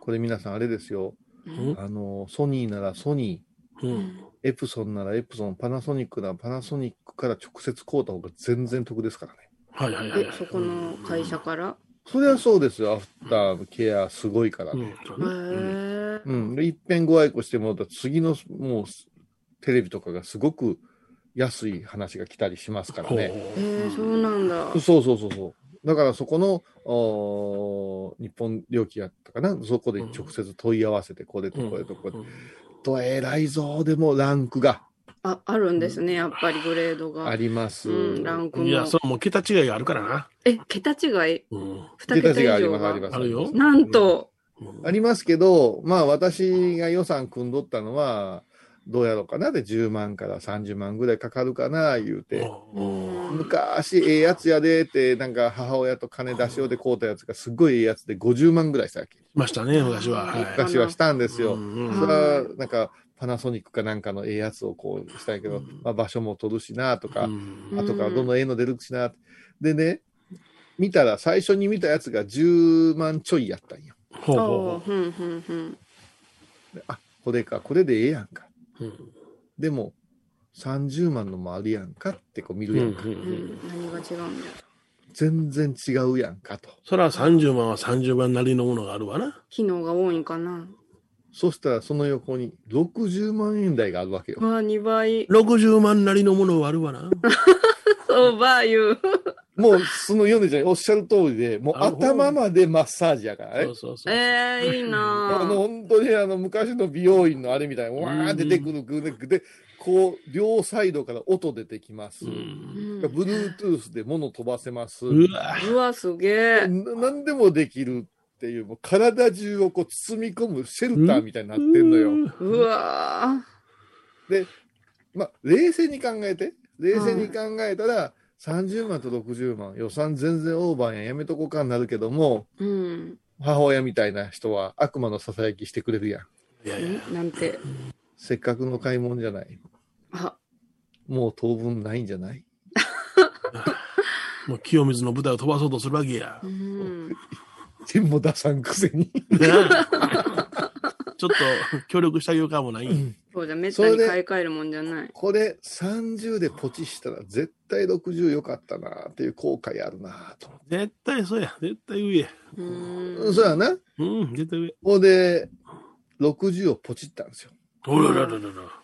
これ皆さんあれですよ。 うんあの、ソニーならソニー、 うんエプソンならエプソン、パナソニックならパナソニックから直接買うた方が全然得ですからね。 はいはいはいえ、そこの会社からそれはそうですよ。アフターケアすごいからうんね。 そうねへうん。で、いっぺんご愛顧してもらったら次のもうテレビとかがすごく安い話が来たりしますからね。 えー、そうなんだ。 そうそうそうそう。だからそこのお日本料金やったかな、そこで直接問い合わせて、これとこれとこれと、偉いぞ、でもランクがあ、あるんですね、やっぱりグレードが。 あります。 うん、ランクいや、 も。 それもう桁違いがあるからな。 え、桁違いうん。 二桁以桁違いあり上ます、ありが。 ます。 あるよなんと、 ありますけど、まあ私が予算組んどったのは、どうやろうかなでじゅうまんからさんじゅうまんぐらいかかるかな、言うて。昔、ええやつやでって、なんか母親と金出しようで買うたやつがすっごいええやつでごじゅうまんぐらいしたわけ。 しましたね、昔は。はい昔はしたんですよ。 うんそれは、なんか、パナソニックかなんかのええやつをこうしたんやけど、まあ場所も取るしなとか、 うん後からどんどんええの出るしな。でね、見たら最初に見たやつがじゅうまんちょいやったんよ。 ほうほうあほあ、ふんふんふん。 であ、これか、これでええやんか。 う。うんでも、さんじゅうまんのもあるやんかってこう見るやんか。 うんううんん、何が違うんだよ。 全然違うやんかと。 そらさんじゅうまんはさんじゅうまんなりのものがあるわな。 機能が多いんかな。 そしたらその横にろくじゅうまんえん台があるわけよ。 わあ、にばい。 ろくじゅうまんなりのものはあるわな。 そうば言う。 もうそのヨネちゃんおっしゃる通りで、もうなるほど頭までマッサージやからね。 そうそうそう。 ええー、いいあなの本当にあの昔の美容院のあれみたいにわー出てくるグネグで、こう両サイドから音出てきます。 うんぁ。 ブルートゥースで物飛ばせます。 うわうわ、すげえ。 な何でもできるっていう、もう体中をこう包み込むシェルターみたいになってんのよ。 うわで、まあ、冷静に考えて、冷静に考えたら、さんじゅうまんとろくじゅうまん、予算全然オーバーやん、やめとこうかになるけども、 ー。うん。 母親みたいな人は悪魔のささやきしてくれるやん。 いやいや。 んなんて。 せっかくの買い物じゃない。 あ、 もう当分ないんじゃない？ もう清水の舞台を飛ばそうとするわけやう。ん。 手も出さんくせに。 ちょっと協力してあげようかもない。 そうじゃ、めったに買い替えるもんじゃない。 これさんじゅうでポチしたら絶対ろくじゅうよかったなっていう後悔あるなと。 絶対そうや。絶対上や。 ううん、 ん。 そうやな。 うん、絶対上。 ほんで、ろくじゅうをポチったんですよ。 おららららら。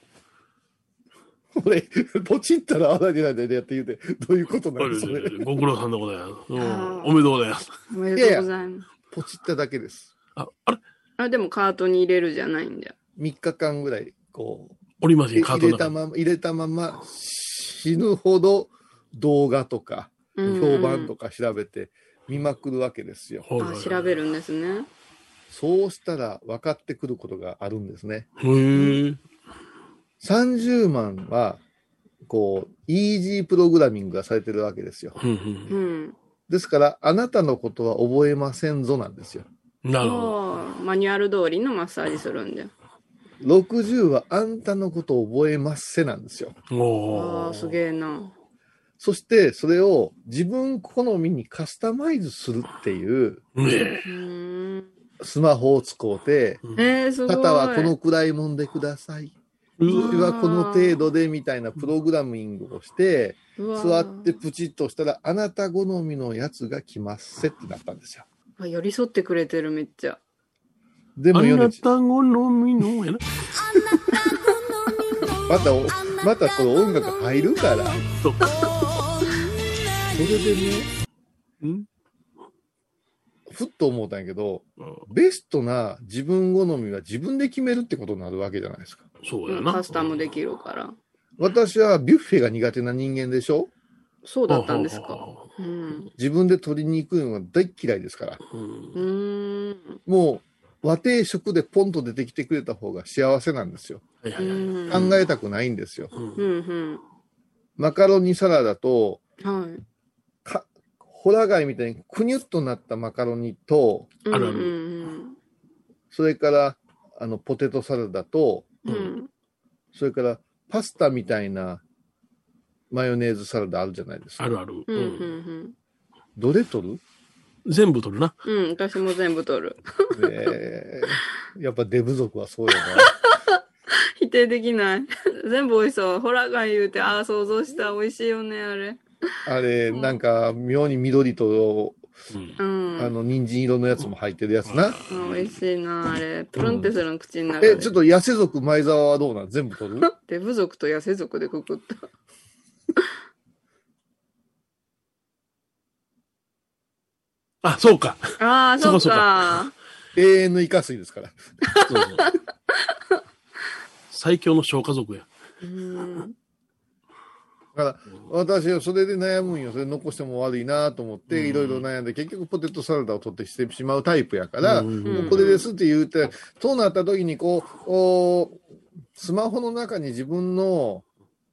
俺、ポチったらあらじゃないでやって言うて、どういうことなんですかご苦労さんでございます。うんあーおめでとうございます。 おめでとうございます。 ポチっただけです。 あ、あれあ、でもカートに入れるじゃないんだよ。 みっかかんぐらい、こう、 おりますね、カート入の中に。 れたまま、入れたまま、死ぬほど動画とか、 うん評判とか調べて見まくるわけですよ。 あ、調べるんですね。 そうしたら分かってくることがあるんですね。 へえ。 さんじゅうまんは、こう、イージープログラミングがされてるわけですよ。 うんう。 うんん。 ですから、あなたのことは覚えませんぞなんですよ。 なるほど。 ああ、マニュアル通りのマッサージするんだよ。 ろくじゅうはあんたのことを覚えますせなんですよ。 おああ、すげえな。 そして、それを自分好みにカスタマイズするっていう、 え。ねえ。 うーん。 スマホを使うて、 えー、すごい。 肩はこのくらいもんでください。 う首はこの程度でみたいなプログラミングをして、 うわー座ってプチッとしたら、あなた好みのやつが来ますせってなったんですよ。 あ、寄り添ってくれてる、めっちゃ。 でもあなヨネちた好みのやな。 また、またこの音楽入るから。 そうか。 それでね、 うんふっと思ったんやけど、 うんベストな自分好みは自分で決めるってことになるわけじゃないですか。 そうやな。 カスタムできるから。 私はビュッフェが苦手な人間でしょ？ そうだったんですか。 ほうん。 自分で取りに行くのが大っ嫌いですから。 うほううんうーん。 もう和定食でポンと出てきてくれた方が幸せなんですよ。 はいはいはい。 うん。 考えたくないんですよ。 うんうんマカロニサラダと、 うん。はい。 かホラ貝みたいにくにゅっとなったマカロニと、 あるあるうんうんそれからあのポテトサラダと、 うん。うん。 それからパスタみたいなマヨネーズサラダあるじゃないですか。 あるある。 うんうんどれ取る？ 全部取るな。 うん、私も全部取る。 ね、やっぱデブ族はそうよな。 否定できない。全部美味しそう。ホラガイ言うて、ああ、想像した。美味しいよね、あれ。 あれ、なんか、妙に緑と、 うん、 あの、人参色のやつも入ってるやつな。 うん、美味しいな、あれ。プルンってするの、口の中で。 え、ちょっと痩せ族前澤はどうなん？全部取る？ デブ族と痩せ族でくくった。 あ、そうか。 ああ、そうか。 永遠のイカ水ですから。 そうそう最強の消化族や。 うん。 だから私はそれで悩むんよ。それ残しても悪いなと思っていろいろ悩んで、結局ポテトサラダを取ってしてしまうタイプやから、もうこれですって言うて、そうなった時にこう、おスマホの中に自分の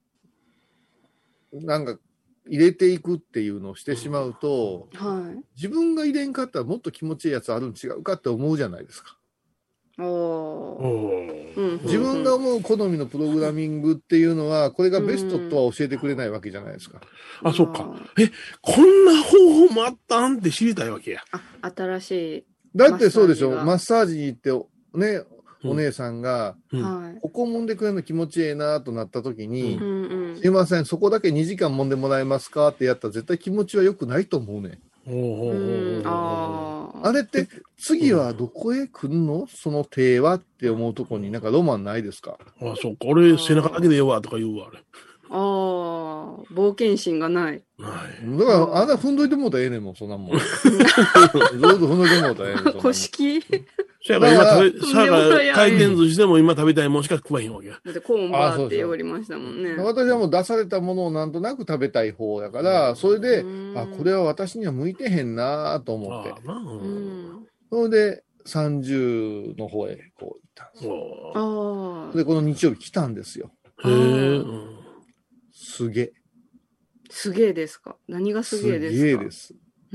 なんか入れていくっていうのをしてしまうと、 はい、 自分が入れんかったらもっと気持ちいいやつあるん違うかって思うじゃないですか。 お自分が思う好みのプログラミングっていうのはこれがベストとは教えてくれないわけじゃないですか。 あ、そっか。え、こんな方法もあったんって知りたいわけや。 あ、新しい。 だってそうでしょ。マッサージに行ってね、お姉さんが、 うん、 ここ揉んでくれるの気持ちいいなとなった時に、 うんうん、 すいません、そこだけにじかん揉んでもらえますかってやったら絶対気持ちは良くないと思うね。 うんあ, あれって次はどこへ来んのその手はって思うとこになんかロマンないですか？ ああ、そうか。俺背中だけでええわとか言うわ、あれ。 ああ、冒険心がない。 ない。だからあんな踏んどいてもうたらええねんもん、そんなもん。ずっと踏んどいてもうたらええねん。 古式そやから今食べ、さあが回転寿司でも今食べたいもんしか食わへんわけや。 だってコーンバーって言われましたもんね。 私はもう出されたものをなんとなく食べたい方やから、それで、あ、これは私には向いてへんなと思って。それでさんじゅうの方へこう行ったんですよ。で、この日曜日来たんですよ。 へえ。 すげえ。 すげえですか？何がすげえですか？ すげえです。 うん、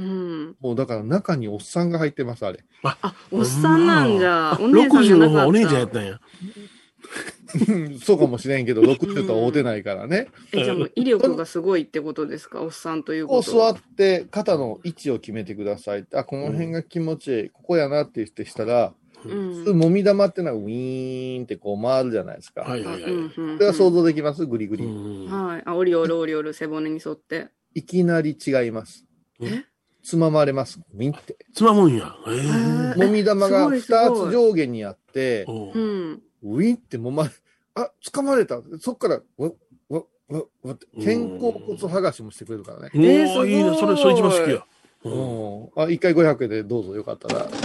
もうだから中におっさんが入ってます、あれ。 あ、あおっさんなんじゃ。 お姉さんじゃなかった。ろくじゅうの方はお姉ちゃんやったんや。 そうかもしれんけど、ろくじゅうとは会うてないからね。 うん、え、じゃあもう威力がすごいってことですか？おっさんということは。こう座って肩の位置を決めてください。あ、この辺が気持ちいい。うん、ここやなって言ってしたら、うん、普通、もみ玉ってのはウィーンってこう回るじゃないですか。はいはいはい。それは想像できます？グリグリ。 はい。あ、オリオルオリオル背骨に沿って。 いきなり違います。 えつままれます。ミンって。 つまむんや。へー。 もみ玉がふたつ上下にあって、 うん、 ウィンってもま、あ、掴まれた。そっから、わ、わ、わ、わ、肩甲骨剥がしもしてくれるからね。 えー、すごい。いいね。それ、それ一番好きや。 うん。あ、一回ごひゃくえんでどうぞよかったら。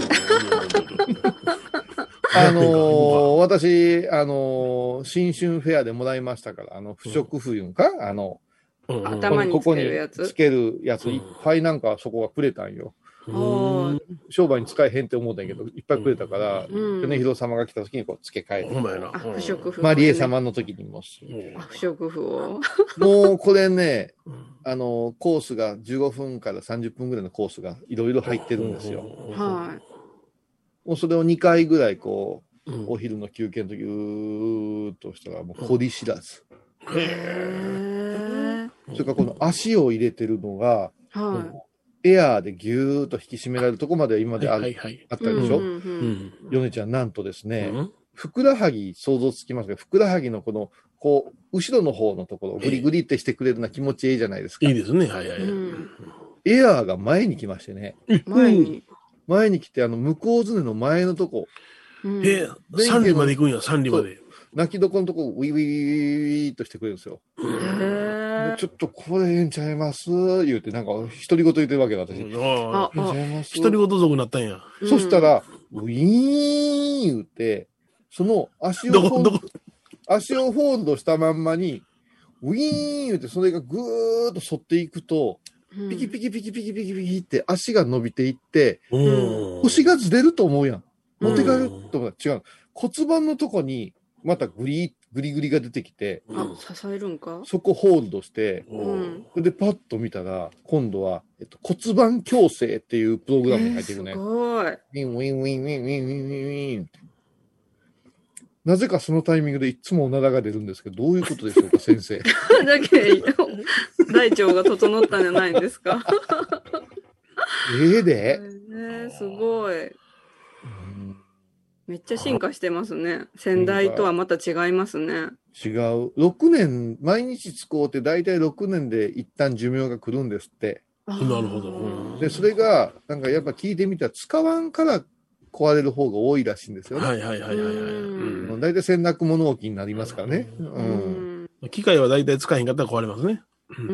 あのー、私、あのー、新春フェアでもらいましたから、あの、不織布いうんかあの、 頭につけるやつ。 ここにつけるやついっぱいなんかそこがくれたんよ。商売に使えへんって思ったんやけど、いっぱいくれたから、米広様が来た時にこう付け替えて。 不織布。 マリエ様の時にも。 不織布を。 もうこれね、あの、コースがじゅうごふんからさんじゅっぷんぐらいのコースがいろいろ入ってるんですよ。 はい。 もうそれをにかいぐらいこう、お昼の休憩の時うーっとしたらもう凝り知らず。 へー。 それからこの足を入れてるのが、はい、エアーでギューッと引き締められるとこまで今まであ,、はいはい、あったでしょ、うんうん、ヨネちゃんなんとですね、うん、ふくらはぎ想像つきますけど、ふくらはぎのこのこう後ろの方のところグリグリってしてくれるのは気持ちいいじゃないですか。 いいですね。はいはい、はい、うん、 エアーが前に来ましてね。 前に前に来てあの向こうずねの前のとこ。 うん、えー、三里まで行くんや、三里まで。 泣きどこのとこウィウィウィーっとしてくれるんですよ。 へちょっとこれええんちゃいます言うて、なんか独り言言ってるわけだ、私。 ああ、独り言族になったんや。 そしたら、ウィーン言うて、その足をフォールド、足をフォールドしたまんまに、ウィーン言うて、それがぐーっと反っていくと、ピキピキピキピキピキピキって足が伸びていって、腰がずれると思うやん。持って帰ると思う。違う。骨盤のとこに、またグリグリグリが出てきて、 あ、支えるんか？ そこホールドして、 うん、 でパッと見たら今度は、えっと、骨盤矯正っていうプログラムに入っていくね。 えー、すごい。 ウィンウィンウィンウィンウィンウィンウィンウィン。なぜかそのタイミングでいつもおならが出るんですけど、どういうことでしょうか、先生。 だけ大腸が整ったんじゃないんですか。 ええで。 えー、すごい。めっちゃ進化してますね。先代とはまた違いますね。 違う。ろくねん、毎日使うて大体ろくねんで一旦寿命が来るんですって。 なるほど。うん、 で、それが、なんかやっぱ聞いてみたら使わんから壊れる方が多いらしいんですよね。 はいはいはいはい、はい。うん、 大体洗濯物置きになりますからね。うんうん、機械は大体使えへんかったら壊れますね。 うん、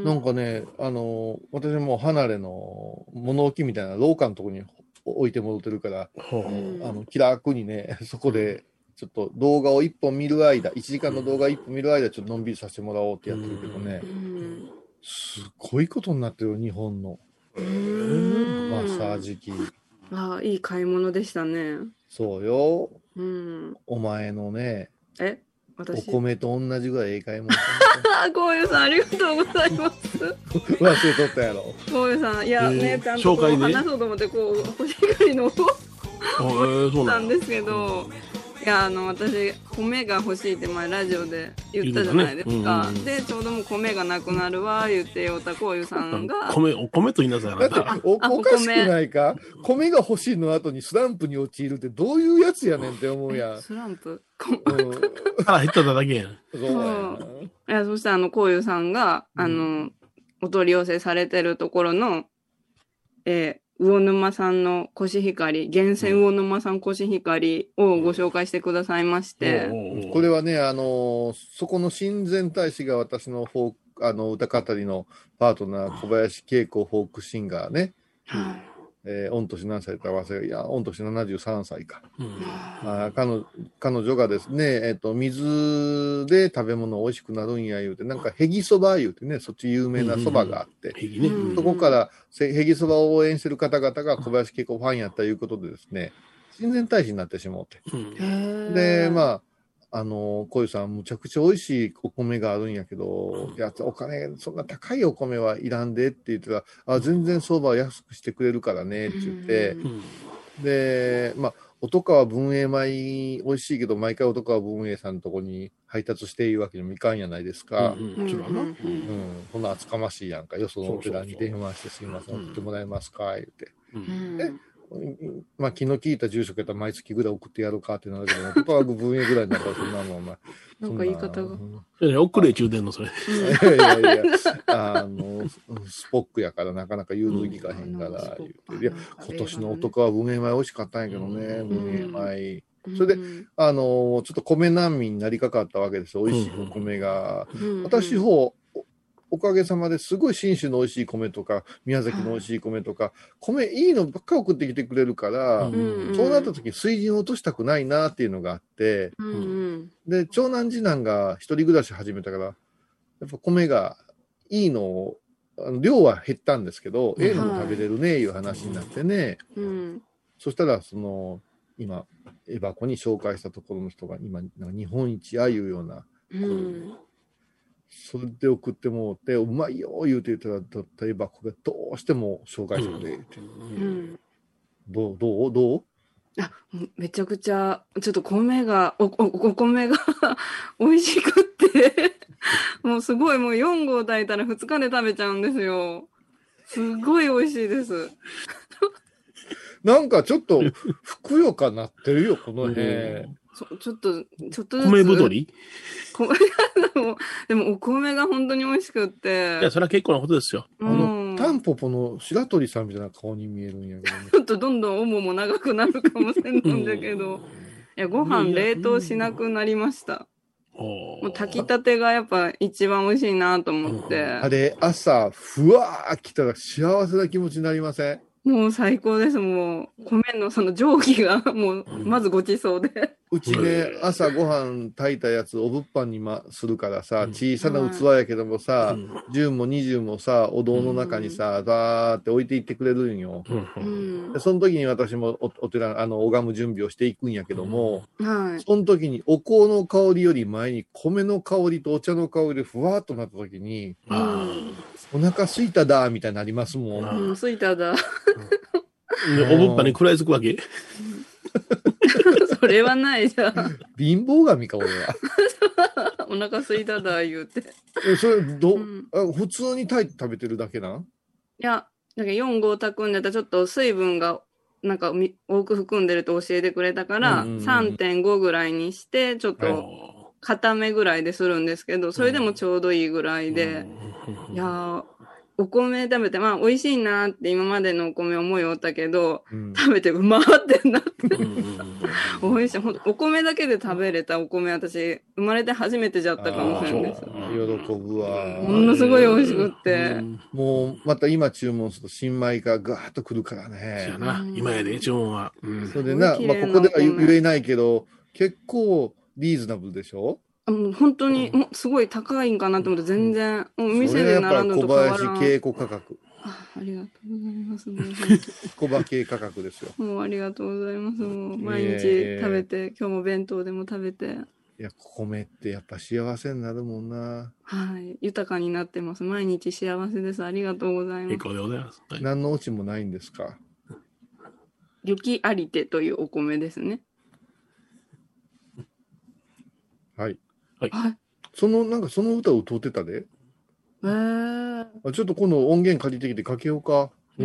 なんかね、あの、私も離れの物置みたいな廊下のところに置いて戻ってるから、うん、あの気楽にね、そこでちょっと動画をいっぽん見る間、いちじかんの動画いっぽん見る間、ちょっとのんびりさせてもらおうってやってるけどね、うん、すごいことになってる、日本のマッサージ機。 ああ、いい買い物でしたね。 そうよ。 うん、 お前のね、 え私お米と同じぐらいええ買い物。 こういうさんありがとうございます。 忘れとったやろ。 こういうさん、いや、えー、ね、ちゃんとこう話そうと思って、こう、欲しがりの方なんですけど、いや、あの、私、米が欲しいって前ラジオで言ったじゃないですか。ね、うんうん、で、ちょうどもう米がなくなるわ、言って、おたこうゆさんが。 米、お米と言いなさい、あなた。 お、おかしくないか？米が欲しいの後にスランプに陥るってどういうやつやねんって思うやん。 スランプ腹減っただけやん。 そうやん。 いや、そしたら、あの、こうゆさんが、あの、うん、お取り寄せされてるところの、えー、魚沼産のコシヒカリ、厳選魚沼産コシヒカリをご紹介してくださいまして。 うん、これはね、あのー、そこの親善大使が私のフォーク、あの、歌語りのパートナー、小林恵子フォークシンガーね。はい。えー、御年何歳と合わせ、いや、御年ななじゅうさんさいか。うん、あ彼女、彼女がですね、えっ、ー、と、水で食べ物美味しくなるんや言うて、なんかヘギそば言うてね、そっち有名なそばがあって、うんうん、そこからヘギそばを応援してる方々が小林恵子ファンやったいうことでですね、親善大使になってしまうて。うん、で、まあ、あの、小湯さん、むちゃくちゃ美味しいお米があるんやけど、いや、お金、そんな高いお米はいらんでって言ってたら、あ、全然相場安くしてくれるからねって言って、で、まあ、音川文英米美味しいけど、毎回音川文英さんのとこに配達しているわけにもいかんやないですか。うん、うん、こんな厚かましいやんか。よそのお寺に電話してすいません、送ってもらえますか言って。うんでまあ、気の利いた住所やったら毎月ぐらい送ってやるかってなるけど、ね、ことは文営ぐらいになったらそんなもん、お前。 なんか言い方が。 いや、遅れ中電のそれ。 いやいやいや、あの、スポックやからなかなか融通きかへんから、言うて。いや、今年の男は文営米美味しかったんやけどね、文営米。それで、あの、ちょっと米難民になりかかったわけですよ、美味しいお米が。私方、おかげさまですごい信州の美味しい米とか、宮崎の美味しい米とか、米いいのばっか送ってきてくれるから、うん、そうなった時に水準を落としたくないなっていうのがあって、うん、で、長男次男が一人暮らし始めたから、やっぱ米がいいのを、あの量は減ったんですけど、ええのも食べれるね、いう話になってね。うん、そしたら、その、今、エバコに紹介したところの人が、今、日本一ああいうような、うんそれで送ってもって、うまいよ言うて言ったら、例えばこれどうしても紹介してくれって、うん。どうどうどうあ、めちゃくちゃ、ちょっと米が、お、お、お米が美味しくって、もうすごいもうよん合炊いたらふつかで食べちゃうんですよ。すごい美味しいです。 なんかちょっと、ふくよかなってるよ、この辺。 そちょっと、ちょっとずつ。 米太り米でも、でもお米が本当に美味しくって。 いや、それは結構なことですよ。 あの、タンポポの白鳥さんみたいな顔に見えるんやけどね。 ちょっとどんどんおもも長くなるかもしれないんだけど。いや、ご飯冷凍しなくなりました。もう炊きたてがやっぱ一番美味しいなと思って。 あれ、朝、ふわー来たら幸せな気持ちになりません？ もう最高です。もう、米のその蒸気が、もう、まずごちそうで。 うちね、朝ご飯炊いたやつ、お物販にまするからさ、小さな器やけどもさ、じゅうもにじゅうもさ、お堂の中にさ、ザーって置いていってくれるんよ。でその時に私もお、お寺、あの、拝む準備をしていくんやけども、はい、その時にお香の香りより前に、米の香りとお茶の香りでふわーっとなった時に、うん、お腹すいただーみたいになりますもん。 うん、すいただ。 お物販に食らいつくわけそれはないじゃん。 貧乏神か、俺は。 お腹すいただ、言うて。 え、それ、ど、うん、普通に炊いて食べてるだけなん？ いや、 だからよん合炊くんだったらちょっと水分がなんか多く含んでると教えてくれたから、うんうんうん、さんてんご ぐらいにしてちょっと固めぐらいでするんですけど、それでもちょうどいいぐらいで、いやーお米食べて、まあ美味しいなって今までのお米思いおったけど、うん、食べてうまーってなって美味しい。ほんとお米だけで食べれたお米、私生まれて初めてじゃったかもしれないです。 喜ぶわ。 ものすごい美味しくって、うん、 もうまた今注文すると新米がガーッと来るからね。 そうやな、今やで注文は、 うん、それでな、まあここでは言えないけど結構リーズナブルでしょ。 もう本当に、もうすごい高いんかなと思って全然、もうお店で並んだと変わらん。 小林恵子価格。 あ、ありがとうございます。 小林系価格ですよ。 もうありがとうございます。もう毎日食べて、えー、今日も弁当でも食べて。 いや、米ってやっぱ幸せになるもんな。 はい。豊かになってます。毎日幸せです。ありがとうございます。 結構でございます。 はい、何のオチもないんですか。 雪ありてというお米ですね。 はい。 はい。 その、なんかその歌を歌ってたで。 えー、 あ、ちょっと今度音源借りてきてかけようか。 うん。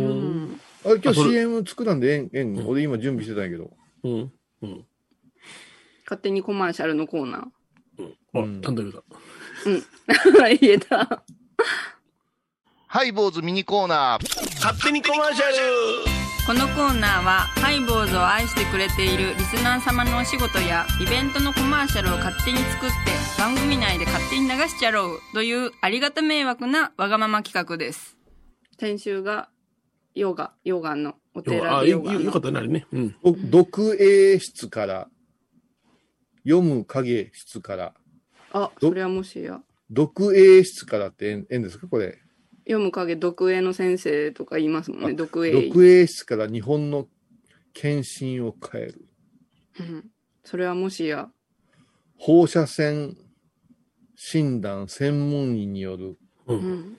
あ、今日 シーエム 作らんでええん、ええん、うん、俺今準備してたんやけど。 うん。うん。 勝手にコマーシャルのコーナー。 うん。あ、ちゃんと言うた。 うん。言えた。 ハイボーズミニコーナー。 勝手にコマーシャル。 このコーナーはハイボーズを愛してくれているリスナー様のお仕事やイベントのコマーシャルを勝手に作って番組内で勝手に流しちゃろうというありがた迷惑なわがまま企画です。先週がヨガ、ヨガのお寺でヨガの。 あ、よかったね、あれね。うん。 読影室から読む影室から。 あ、それはもしや。 読影室からってええんですかこれ。 読む影読影の先生とか言いますもんね。読影。 読影室から日本の検診を変える。 うん。それはもしや。 放射線診断専門医による、うん、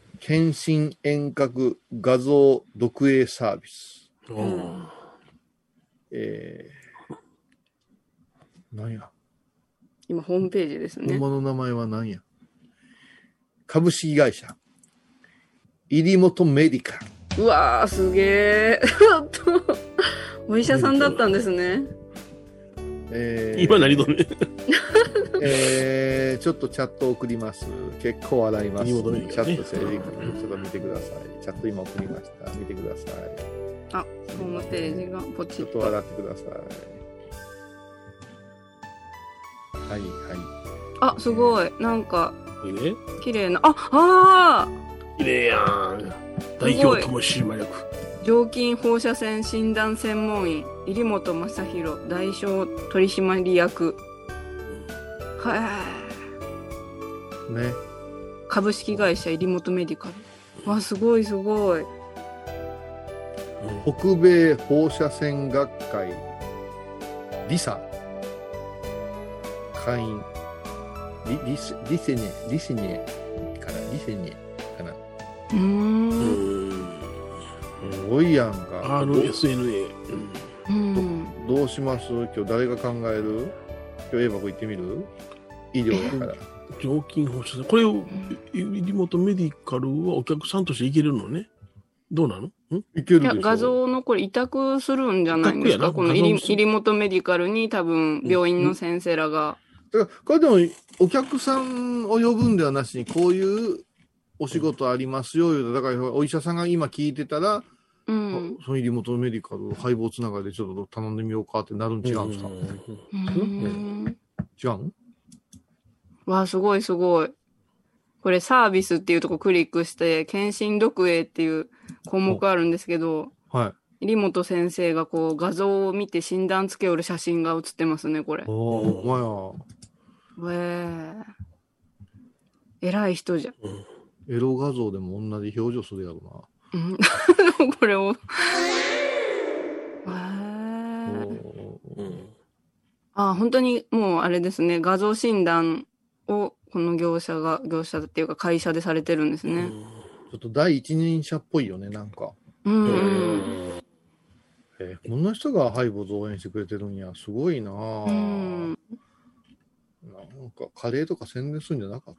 検診遠隔画像読影サービス。うん、えー、何や。 今ホームページですね。 馬の名前は何や。株式会社。入本メディカル。うわー、すげえ。お医者さんだったんですね。 えー、 今何どね。 えー、ちょっとチャット送ります。結構笑います。チャットして、ちょっと見てください。チャット今送りました。見てください。 あ、ホームページがポチッと。 ちょっと笑ってください。はいはい。 あ、すごい。なんか、 いいね、 綺麗な。あ、あー綺麗やん。代表ともしま力。 常勤放射線診断専門医入本正弘代表取締役。はい。 ね。 株式会社入本メディカル。わ、すごいすごい。 北米放射線学会リサ会員リリスリセネリセネかなリセネかな。 うーん。 すごいやんか。 アールエスエヌエー。 うん。 ど, どうします？今日誰が考える？今日エヴァ行ってみる？医療だから。 常勤放射線。これを入本メディカルはお客さんとしていけるのね。どうなの？ん？ いけるでしょ。 いや画像のこれ委託するんじゃないんですか？この入本メディカルに多分病院の先生らが。 だからこれでもお客さんを呼ぶんではなしにこういうお仕事ありますよ。だからお医者さんが今聞いてたら、 うん、 その入本メディカル配合つながりでちょっと頼んでみようかってなるん違うんですか？ うん違うの？ わあ、すごいすごい。これサービスっていうとこクリックして検診読影っていう項目あるんですけど、 はい。 入本先生がこう画像を見て診断つけおる写真が写ってますね、これ。 おお、お前や。ええ。偉い人じゃん。 エロ画像でも同じ表情するやろな。うん。これを。えー、あ、本当にもうあれですね、画像診断をこの業者が、業者っていうか会社でされてるんですね。 ちょっと第一人者っぽいよね、なんか。 うん。 えー、こんな人がハイボーズ応援してくれてるんや、すごいなぁ。うん。なんかカレーとか宣伝するんじゃなかった？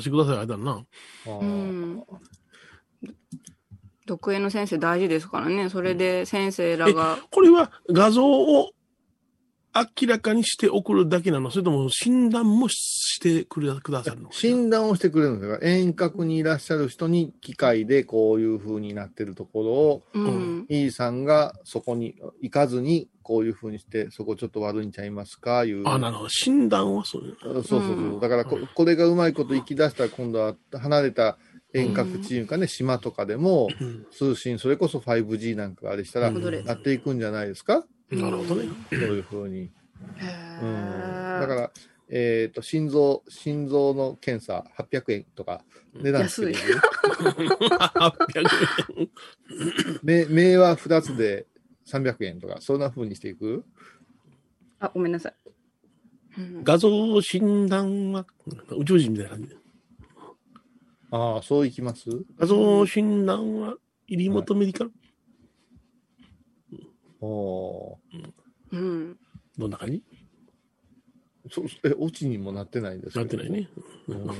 料金についてお問い合わせください、あれだな。 うん。 読影の先生大事ですからね。それで先生らが。 これは画像を明らかにして送るだけなの？それとも診断もしてくれくださるの？ 診断をしてくれるんですが、遠隔にいらっしゃる人に機械でこういう風になってるところを、うん、E さんがそこに行かずにこういう風にしてそこちょっと悪いんちゃいますかいう。 あ、なるほど。診断はそういう。 そうそうそう。うん、だからこ、これがうまいこと行き出したら今度は離れた遠隔地域かね、うん、島とかでも通信、それこそ ファイブジー なんかあれしたらやっていくんじゃないですか？ なるほどね。 そういう風に。うん、だから、えっと、心臓、心臓の検査はっぴゃくえんとか値段してる。安い。はっぴゃくえん。目、目はふたつでさんびゃくえんとか、そんな風にしていく？ あ、ごめんなさい。 画像診断は宇宙人みたいな感じ。 ああ、そういきます？ 画像診断は入元メディカル、 はい、おー。うん。 どんな感じ？ そえ、オチにもなってないんですか？ なってないね。 うんうん、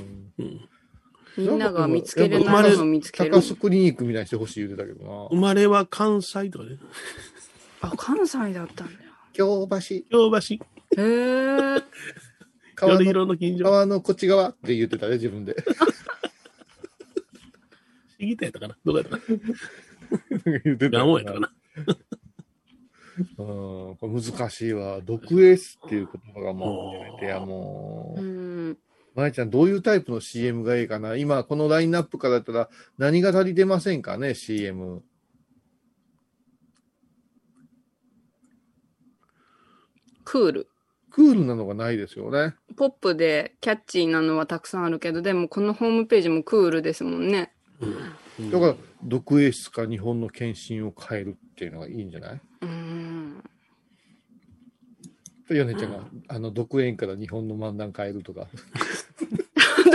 みんなが見つけれないのを見つける。 高須クリニックみたいにしてほしい言うてたけどな。 生まれは関西とかね。 あ、関西だったんだよ。 京橋。 京橋。 へぇー。 川の、 夜の近所。 川のこっち側って言ってたね、自分で。 知りたやったかな？どこやったかな言ってた。 何もやったかな？ うん、これ難しいわ。毒エスっていう言葉がもう、てやもう。うん。まえちゃん、どういうタイプの シーエム がいいかな？今、このラインナップからだったら何が足りてませんかね、シーエム。 クール。 クールなのがないですよね。 ポップでキャッチーなのはたくさんあるけど、でもこのホームページもクールですもんね。 うん、だから、毒エスか日本の検診を変えるっていうのがいいんじゃない？うん。ヨネちゃんが、あの、毒園から日本の漫談変えるとか。 どうや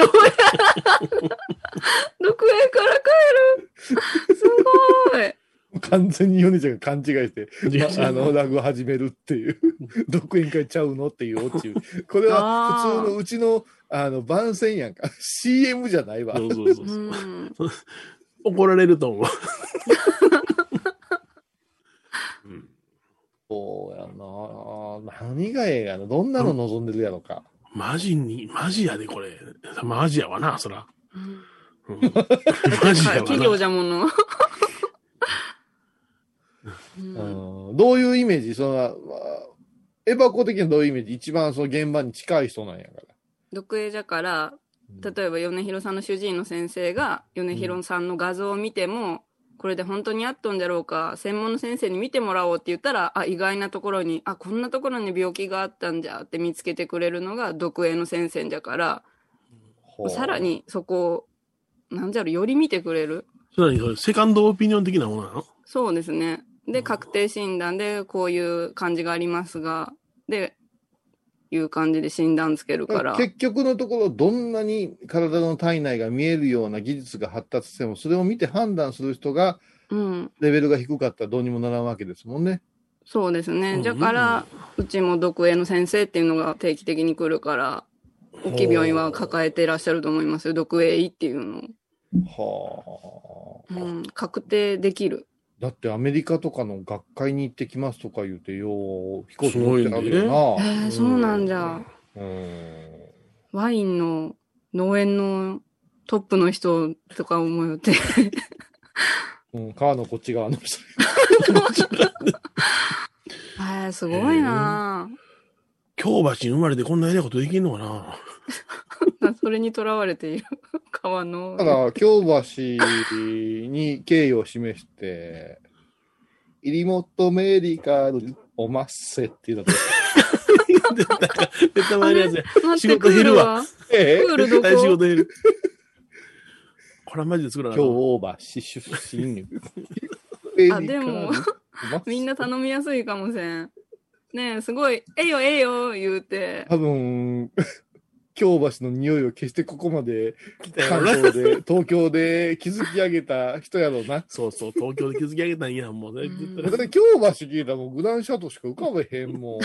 毒園から変えるすごい完全にヨネちゃんが勘違いして、ま、あの、ラグを始めるっていう、独演会ちゃうのっていうオチ。これは普通のうちの、あの、番宣やんか。シーエム じゃないわ。そうそうそうそう、うん、 怒られると思う。 うん、そうやな。何がええやな。どんなの望んでるやろか。 マジに、マジやで、これ。マジやわな、そら。うん、マジやわな。 企業じゃもの。 うん、どういうイメージ？その、まあ、エバコ的にはどういうイメージ？一番その現場に近い人なんやから。 読影じゃから、例えば米広さんの主治医の先生が米広さんの画像を見ても、うん、これで本当にあっとんじゃろうか、専門の先生に見てもらおうって言ったら、あ、意外なところに、あ、こんなところに病気があったんじゃって見つけてくれるのが読影の先生じゃから、うん、さらにそこを、なんじゃろ、より見てくれる。 それはセカンドオピニオン的なものなの？ そうですね。で、確定診断でこういう感じがありますが、で、いう感じで診断つけるから。 結局のところ、どんなに体の体内が見えるような技術が発達しても、それを見て判断する人が、レベルが低かったらどうにもならんわけですもんね。うん、 そうですね。だから、うちも読影の先生っていうのが定期的に来るから、大きい病院は抱えていらっしゃると思いますよ。読影医っていうのを。はあ。うん、確定できる。 だってアメリカとかの学会に行ってきますとか言うてよ、飛行機乗ってあるよな。 えー、そうなんじゃ。うん、ワインの農園のトップの人とか思うよって。 うん、川のこっち側の人。 えー、すごいな、 えー、 京橋に生まれてこんなやりことできんのかな。 それにとらわれている川の。 だから京橋に敬意を示して、入本メディカルおまっせっていうので。 絶対前のやつや。仕事減るわ。 ええ、 絶対仕事減る。これはマジで作らない。 京橋出身。 あ、でも、みんな頼みやすいかもしれん。ねえ、すごい、ええよええよ言うて。 多分、京橋の匂いを消してここまで関東で東京で築き上げた人やろうな。 そうそう、東京で築き上げたんやもうね。 だって京橋聞いたらもうグランシャトしか浮かべへんもん。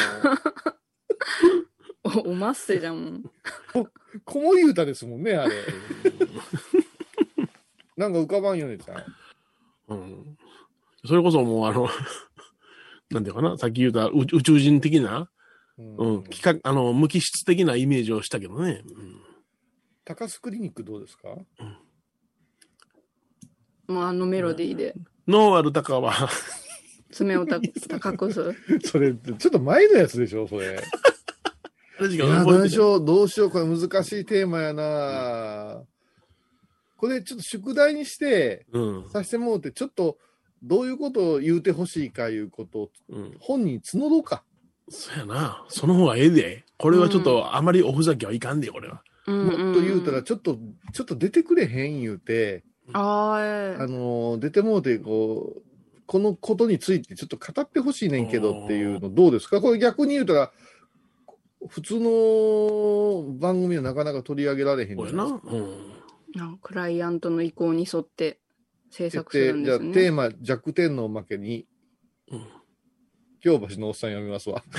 お, おまっせじゃん。 子守歌ですもんね、あれ。なんか浮かばんよね、ちゃん。 うん。それこそもうあの、なんていうかな、さっき言った宇宙人的な、うん、うん、企画、あの、無機質的なイメージをしたけどね。うん、 高須クリニックどうですか？ うん、もうあのメロディーで。 ノーアルタカは。 爪を高くす。 それ、ちょっと前のやつでしょ、それ。いや、どうしよう、どうしよう、これ難しいテーマやな、うん、これちょっと宿題にして、うん、させてもらって、ちょっと、どういうことを言うてほしいかいうことを、うん、本人募ろうか。 そうやな。その方がええで。これはちょっと、あまりおふざけはいかんで、これは。 うん、もっと言うたら、ちょっと、ちょっと出てくれへん言うて、 ああの、出てもうて、こう、このことについてちょっと語ってほしいねんけどっていうのどうですか？これ逆に言うたら、普通の番組はなかなか取り上げられへんじゃないですか。うん、 クライアントの意向に沿って制作するんですね。 じゃあテーマ弱点のおまけに、うん、京橋のおっさん読みますわ。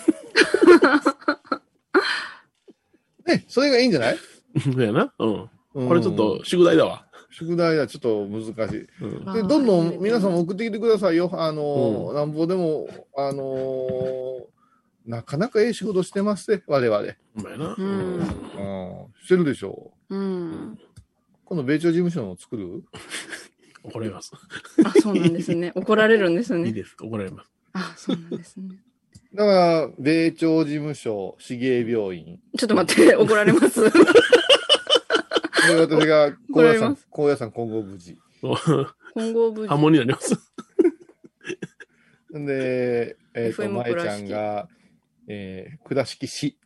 ね、それがいいんじゃない？ そうやな。うん。これちょっと宿題だわ。 宿題はちょっと難しい。うん、で、どんどん皆さんも送ってきてくださいよ。あの、うん、なんぼでも、あのー、なかなかええ仕事してますね、我々。 うまいな。 うん。うん。してるでしょう。うん。今度、米朝事務所の作る？ 怒られます。 あ、そうなんですね。怒られるんですね。 いいです。怒られます。 あ、そうなんですね。 だから、米朝事務所、市芸病院。 ちょっと待って、怒られます。 で、私が、高野さん、高野さん混合無事。 混合無事。 波紋になります。 で、えっ、ー、と、まえちゃんが、えー、倉敷市。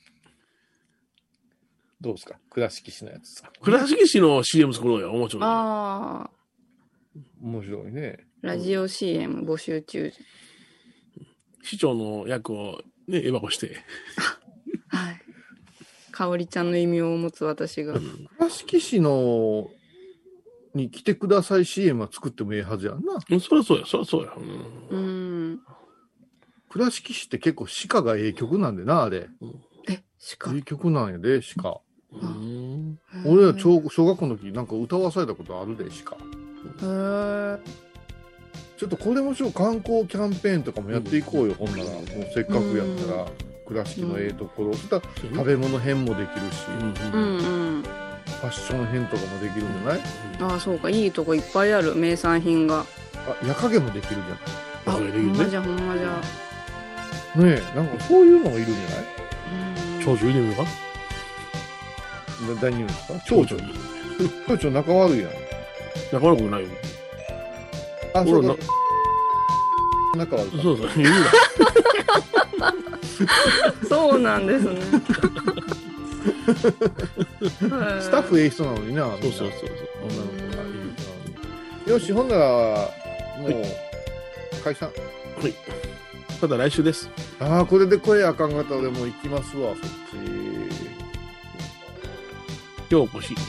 どうですか？倉敷市のやつですか？ 倉敷市の シーエム 作ろうよ。面白い。 ああ。 面白いね。 ラジオ シーエム 募集中。 市長の役をね、エヴァコして。 はい。かおりちゃんの異名を持つ私が。 倉敷市のに来てください シーエム は作ってもいいはずやんな。 うん、そりゃそうや、そりゃそうや。 うん。うん倉敷市って結構鹿がええ曲なんでな、あれ。 え、鹿？ ええ曲なんやで、鹿。うん、俺ら小小学校の時なんか歌わされたことあるで、鹿。へえ。ちょっとこれもちろん観光キャンペーンとかもやっていこうよ、うん、ほんなら。もうせっかくやったら、倉敷のええところ。そしたら食べ物編もできるし、うんうん、ファッション編とかもできるんじゃない？ ああ、そうか。いいとこいっぱいある、名産品が。 あ、矢影もできるじゃない？ あ、ほんまじゃ、ほんまじゃ。 ねえ、なんかそういうのがいるんじゃない？ 蝶々いるのか？ 何言うんですか？蝶々。蝶々仲悪いやん。 仲悪くないよ。 あ、そうだ。仲悪い。 そうそう、言うな。そうなんですね。 スタッフええ人なのにな。 そうそうそうそう。女の子がいる人。よし、ほんなら、もう、解散。 はい。また来週です。 ああ、これで声あかんかったらもう行きますわ、そっち。 今日お越し。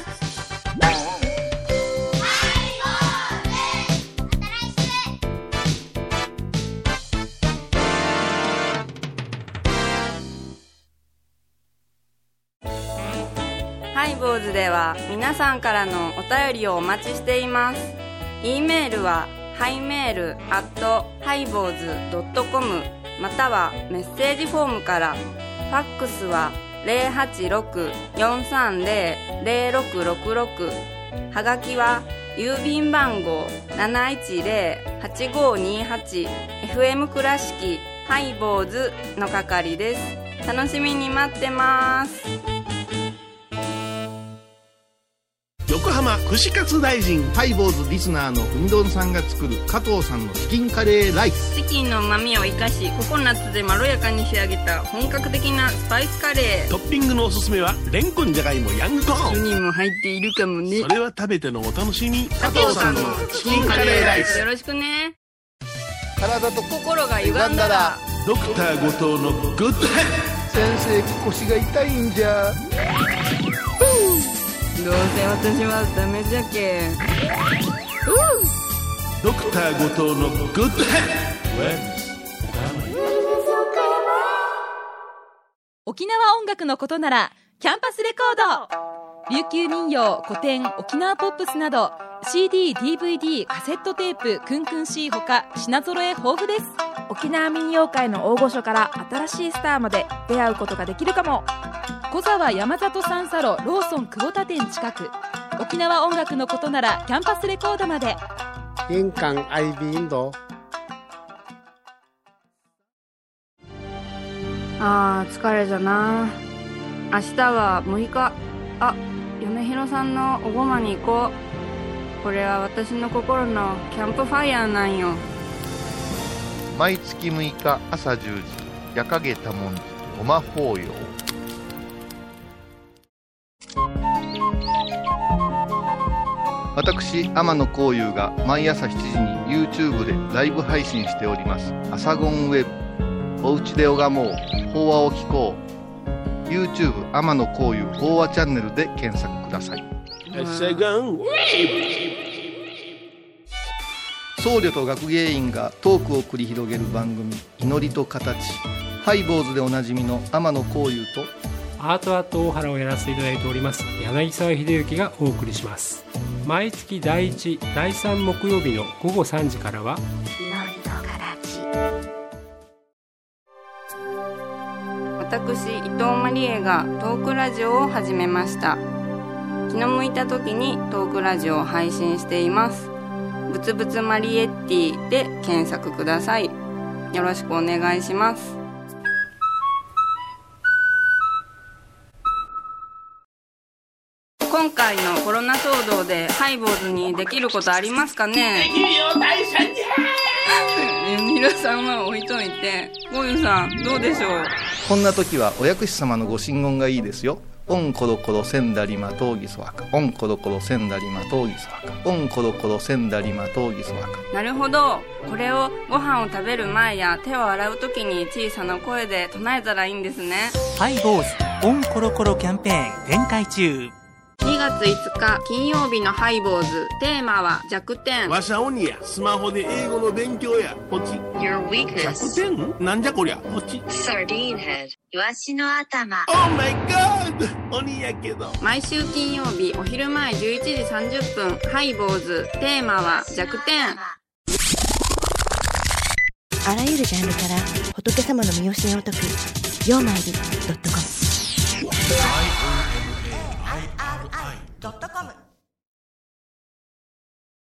ハイボーズでは皆さんからのお便りをお待ちしています。 E メールはハイメールアットハイボーズドットコムまたはメッセージフォームから。ファックスは ゼロはちろく よんさんゼロ ゼロろくろくろく はがきは郵便番号 なないちゼロ はちごにはち エフエム 倉敷ハイボーズの係です。楽しみに待ってます。 横浜串カツ大臣ハイボーズリスナーのうみどんさんが作る加藤さんのチキンカレーライス。 チキンの旨味を生かしココナッツでまろやかに仕上げた本格的なスパイスカレー。 トッピングのおすすめはレンコン、じゃがいも、ヤングコーン。 にも入っているかもね。 それは食べてのお楽しみ。 加藤さんのチキンカレーライス。よろしくね。 体と心が歪んだらドクター後藤のグッドヘッド。 先生、腰が痛いんじゃ。 どうせ私はダメじゃけ。 ドクター後藤のグッドヘッド。 沖縄音楽のことならキャンパスレコード。琉球民謡、古典、沖縄ポップスなどシーディー、ディーブイディー、カセットテープ、クンクン C ほか品揃え豊富です。 沖縄民謡界の大御所から新しいスターまで出会うことができるかも。 小沢山里三佐路ローソン久保田店近く。沖縄音楽のことならキャンパスレコードまで。 印港 アイビー インド。 あー疲れじゃな。明日はむいか。あ、米広さんのおごまに行こう。これは私の心のキャンプファイヤーなんよ。 毎月むいか朝じゅうじ、夜影多文字ごま法要。私天野幸雄が毎朝しちじに YouTube でライブ配信しておりますアサゴンウェブ。おうちで拝もう、法話を聞こう。 YouTube 天野幸雄法話チャンネルで検索ください。僧侶と学芸員がトークを繰り広げる番組、祈りと形。ハイボーズでおなじみの天野幸雄とアートアート大原をやらせていただいております柳沢秀幸がお送りします。毎月だいいち、だいさん木曜日のごごさんじからは祈りと形。私伊藤マリエがトークラジオを始めました。気の向いた時にトークラジオを配信しています。ぶつぶつマリエッティで検索ください。よろしくお願いします。今回のコロナ騒動でハイボーズにできることありますかね。 できるよ大社にゃ米広さんは置いといて、ゴユさんどうでしょう。 こんな時はお薬師様のご神言がいいですよ。オンコロコロセンダリマトウギソワカ、オンコロコロセンダリマトウギソワカ、オンコロコロセンダリマトウギソワカ。 なるほど。これをご飯を食べる前や手を洗う時に小さな声で唱えたらいいんですね。 ハイボーズオンコロコロキャンペーン展開中。 にがついつか金曜日のハイボーズ、テーマは弱点。 わしゃ鬼やスマホで英語の勉強やポチ。 Your weakness。 弱点なんじゃこりゃポチ。 Sardine head。 イワシの頭。 Oh my god 鬼やけど。 毎週金曜日お昼前じゅういちじさんじゅっぷん、ハイボーズ、テーマは弱点。 あらゆるジャンルから仏様の身教えを解くようまいり .com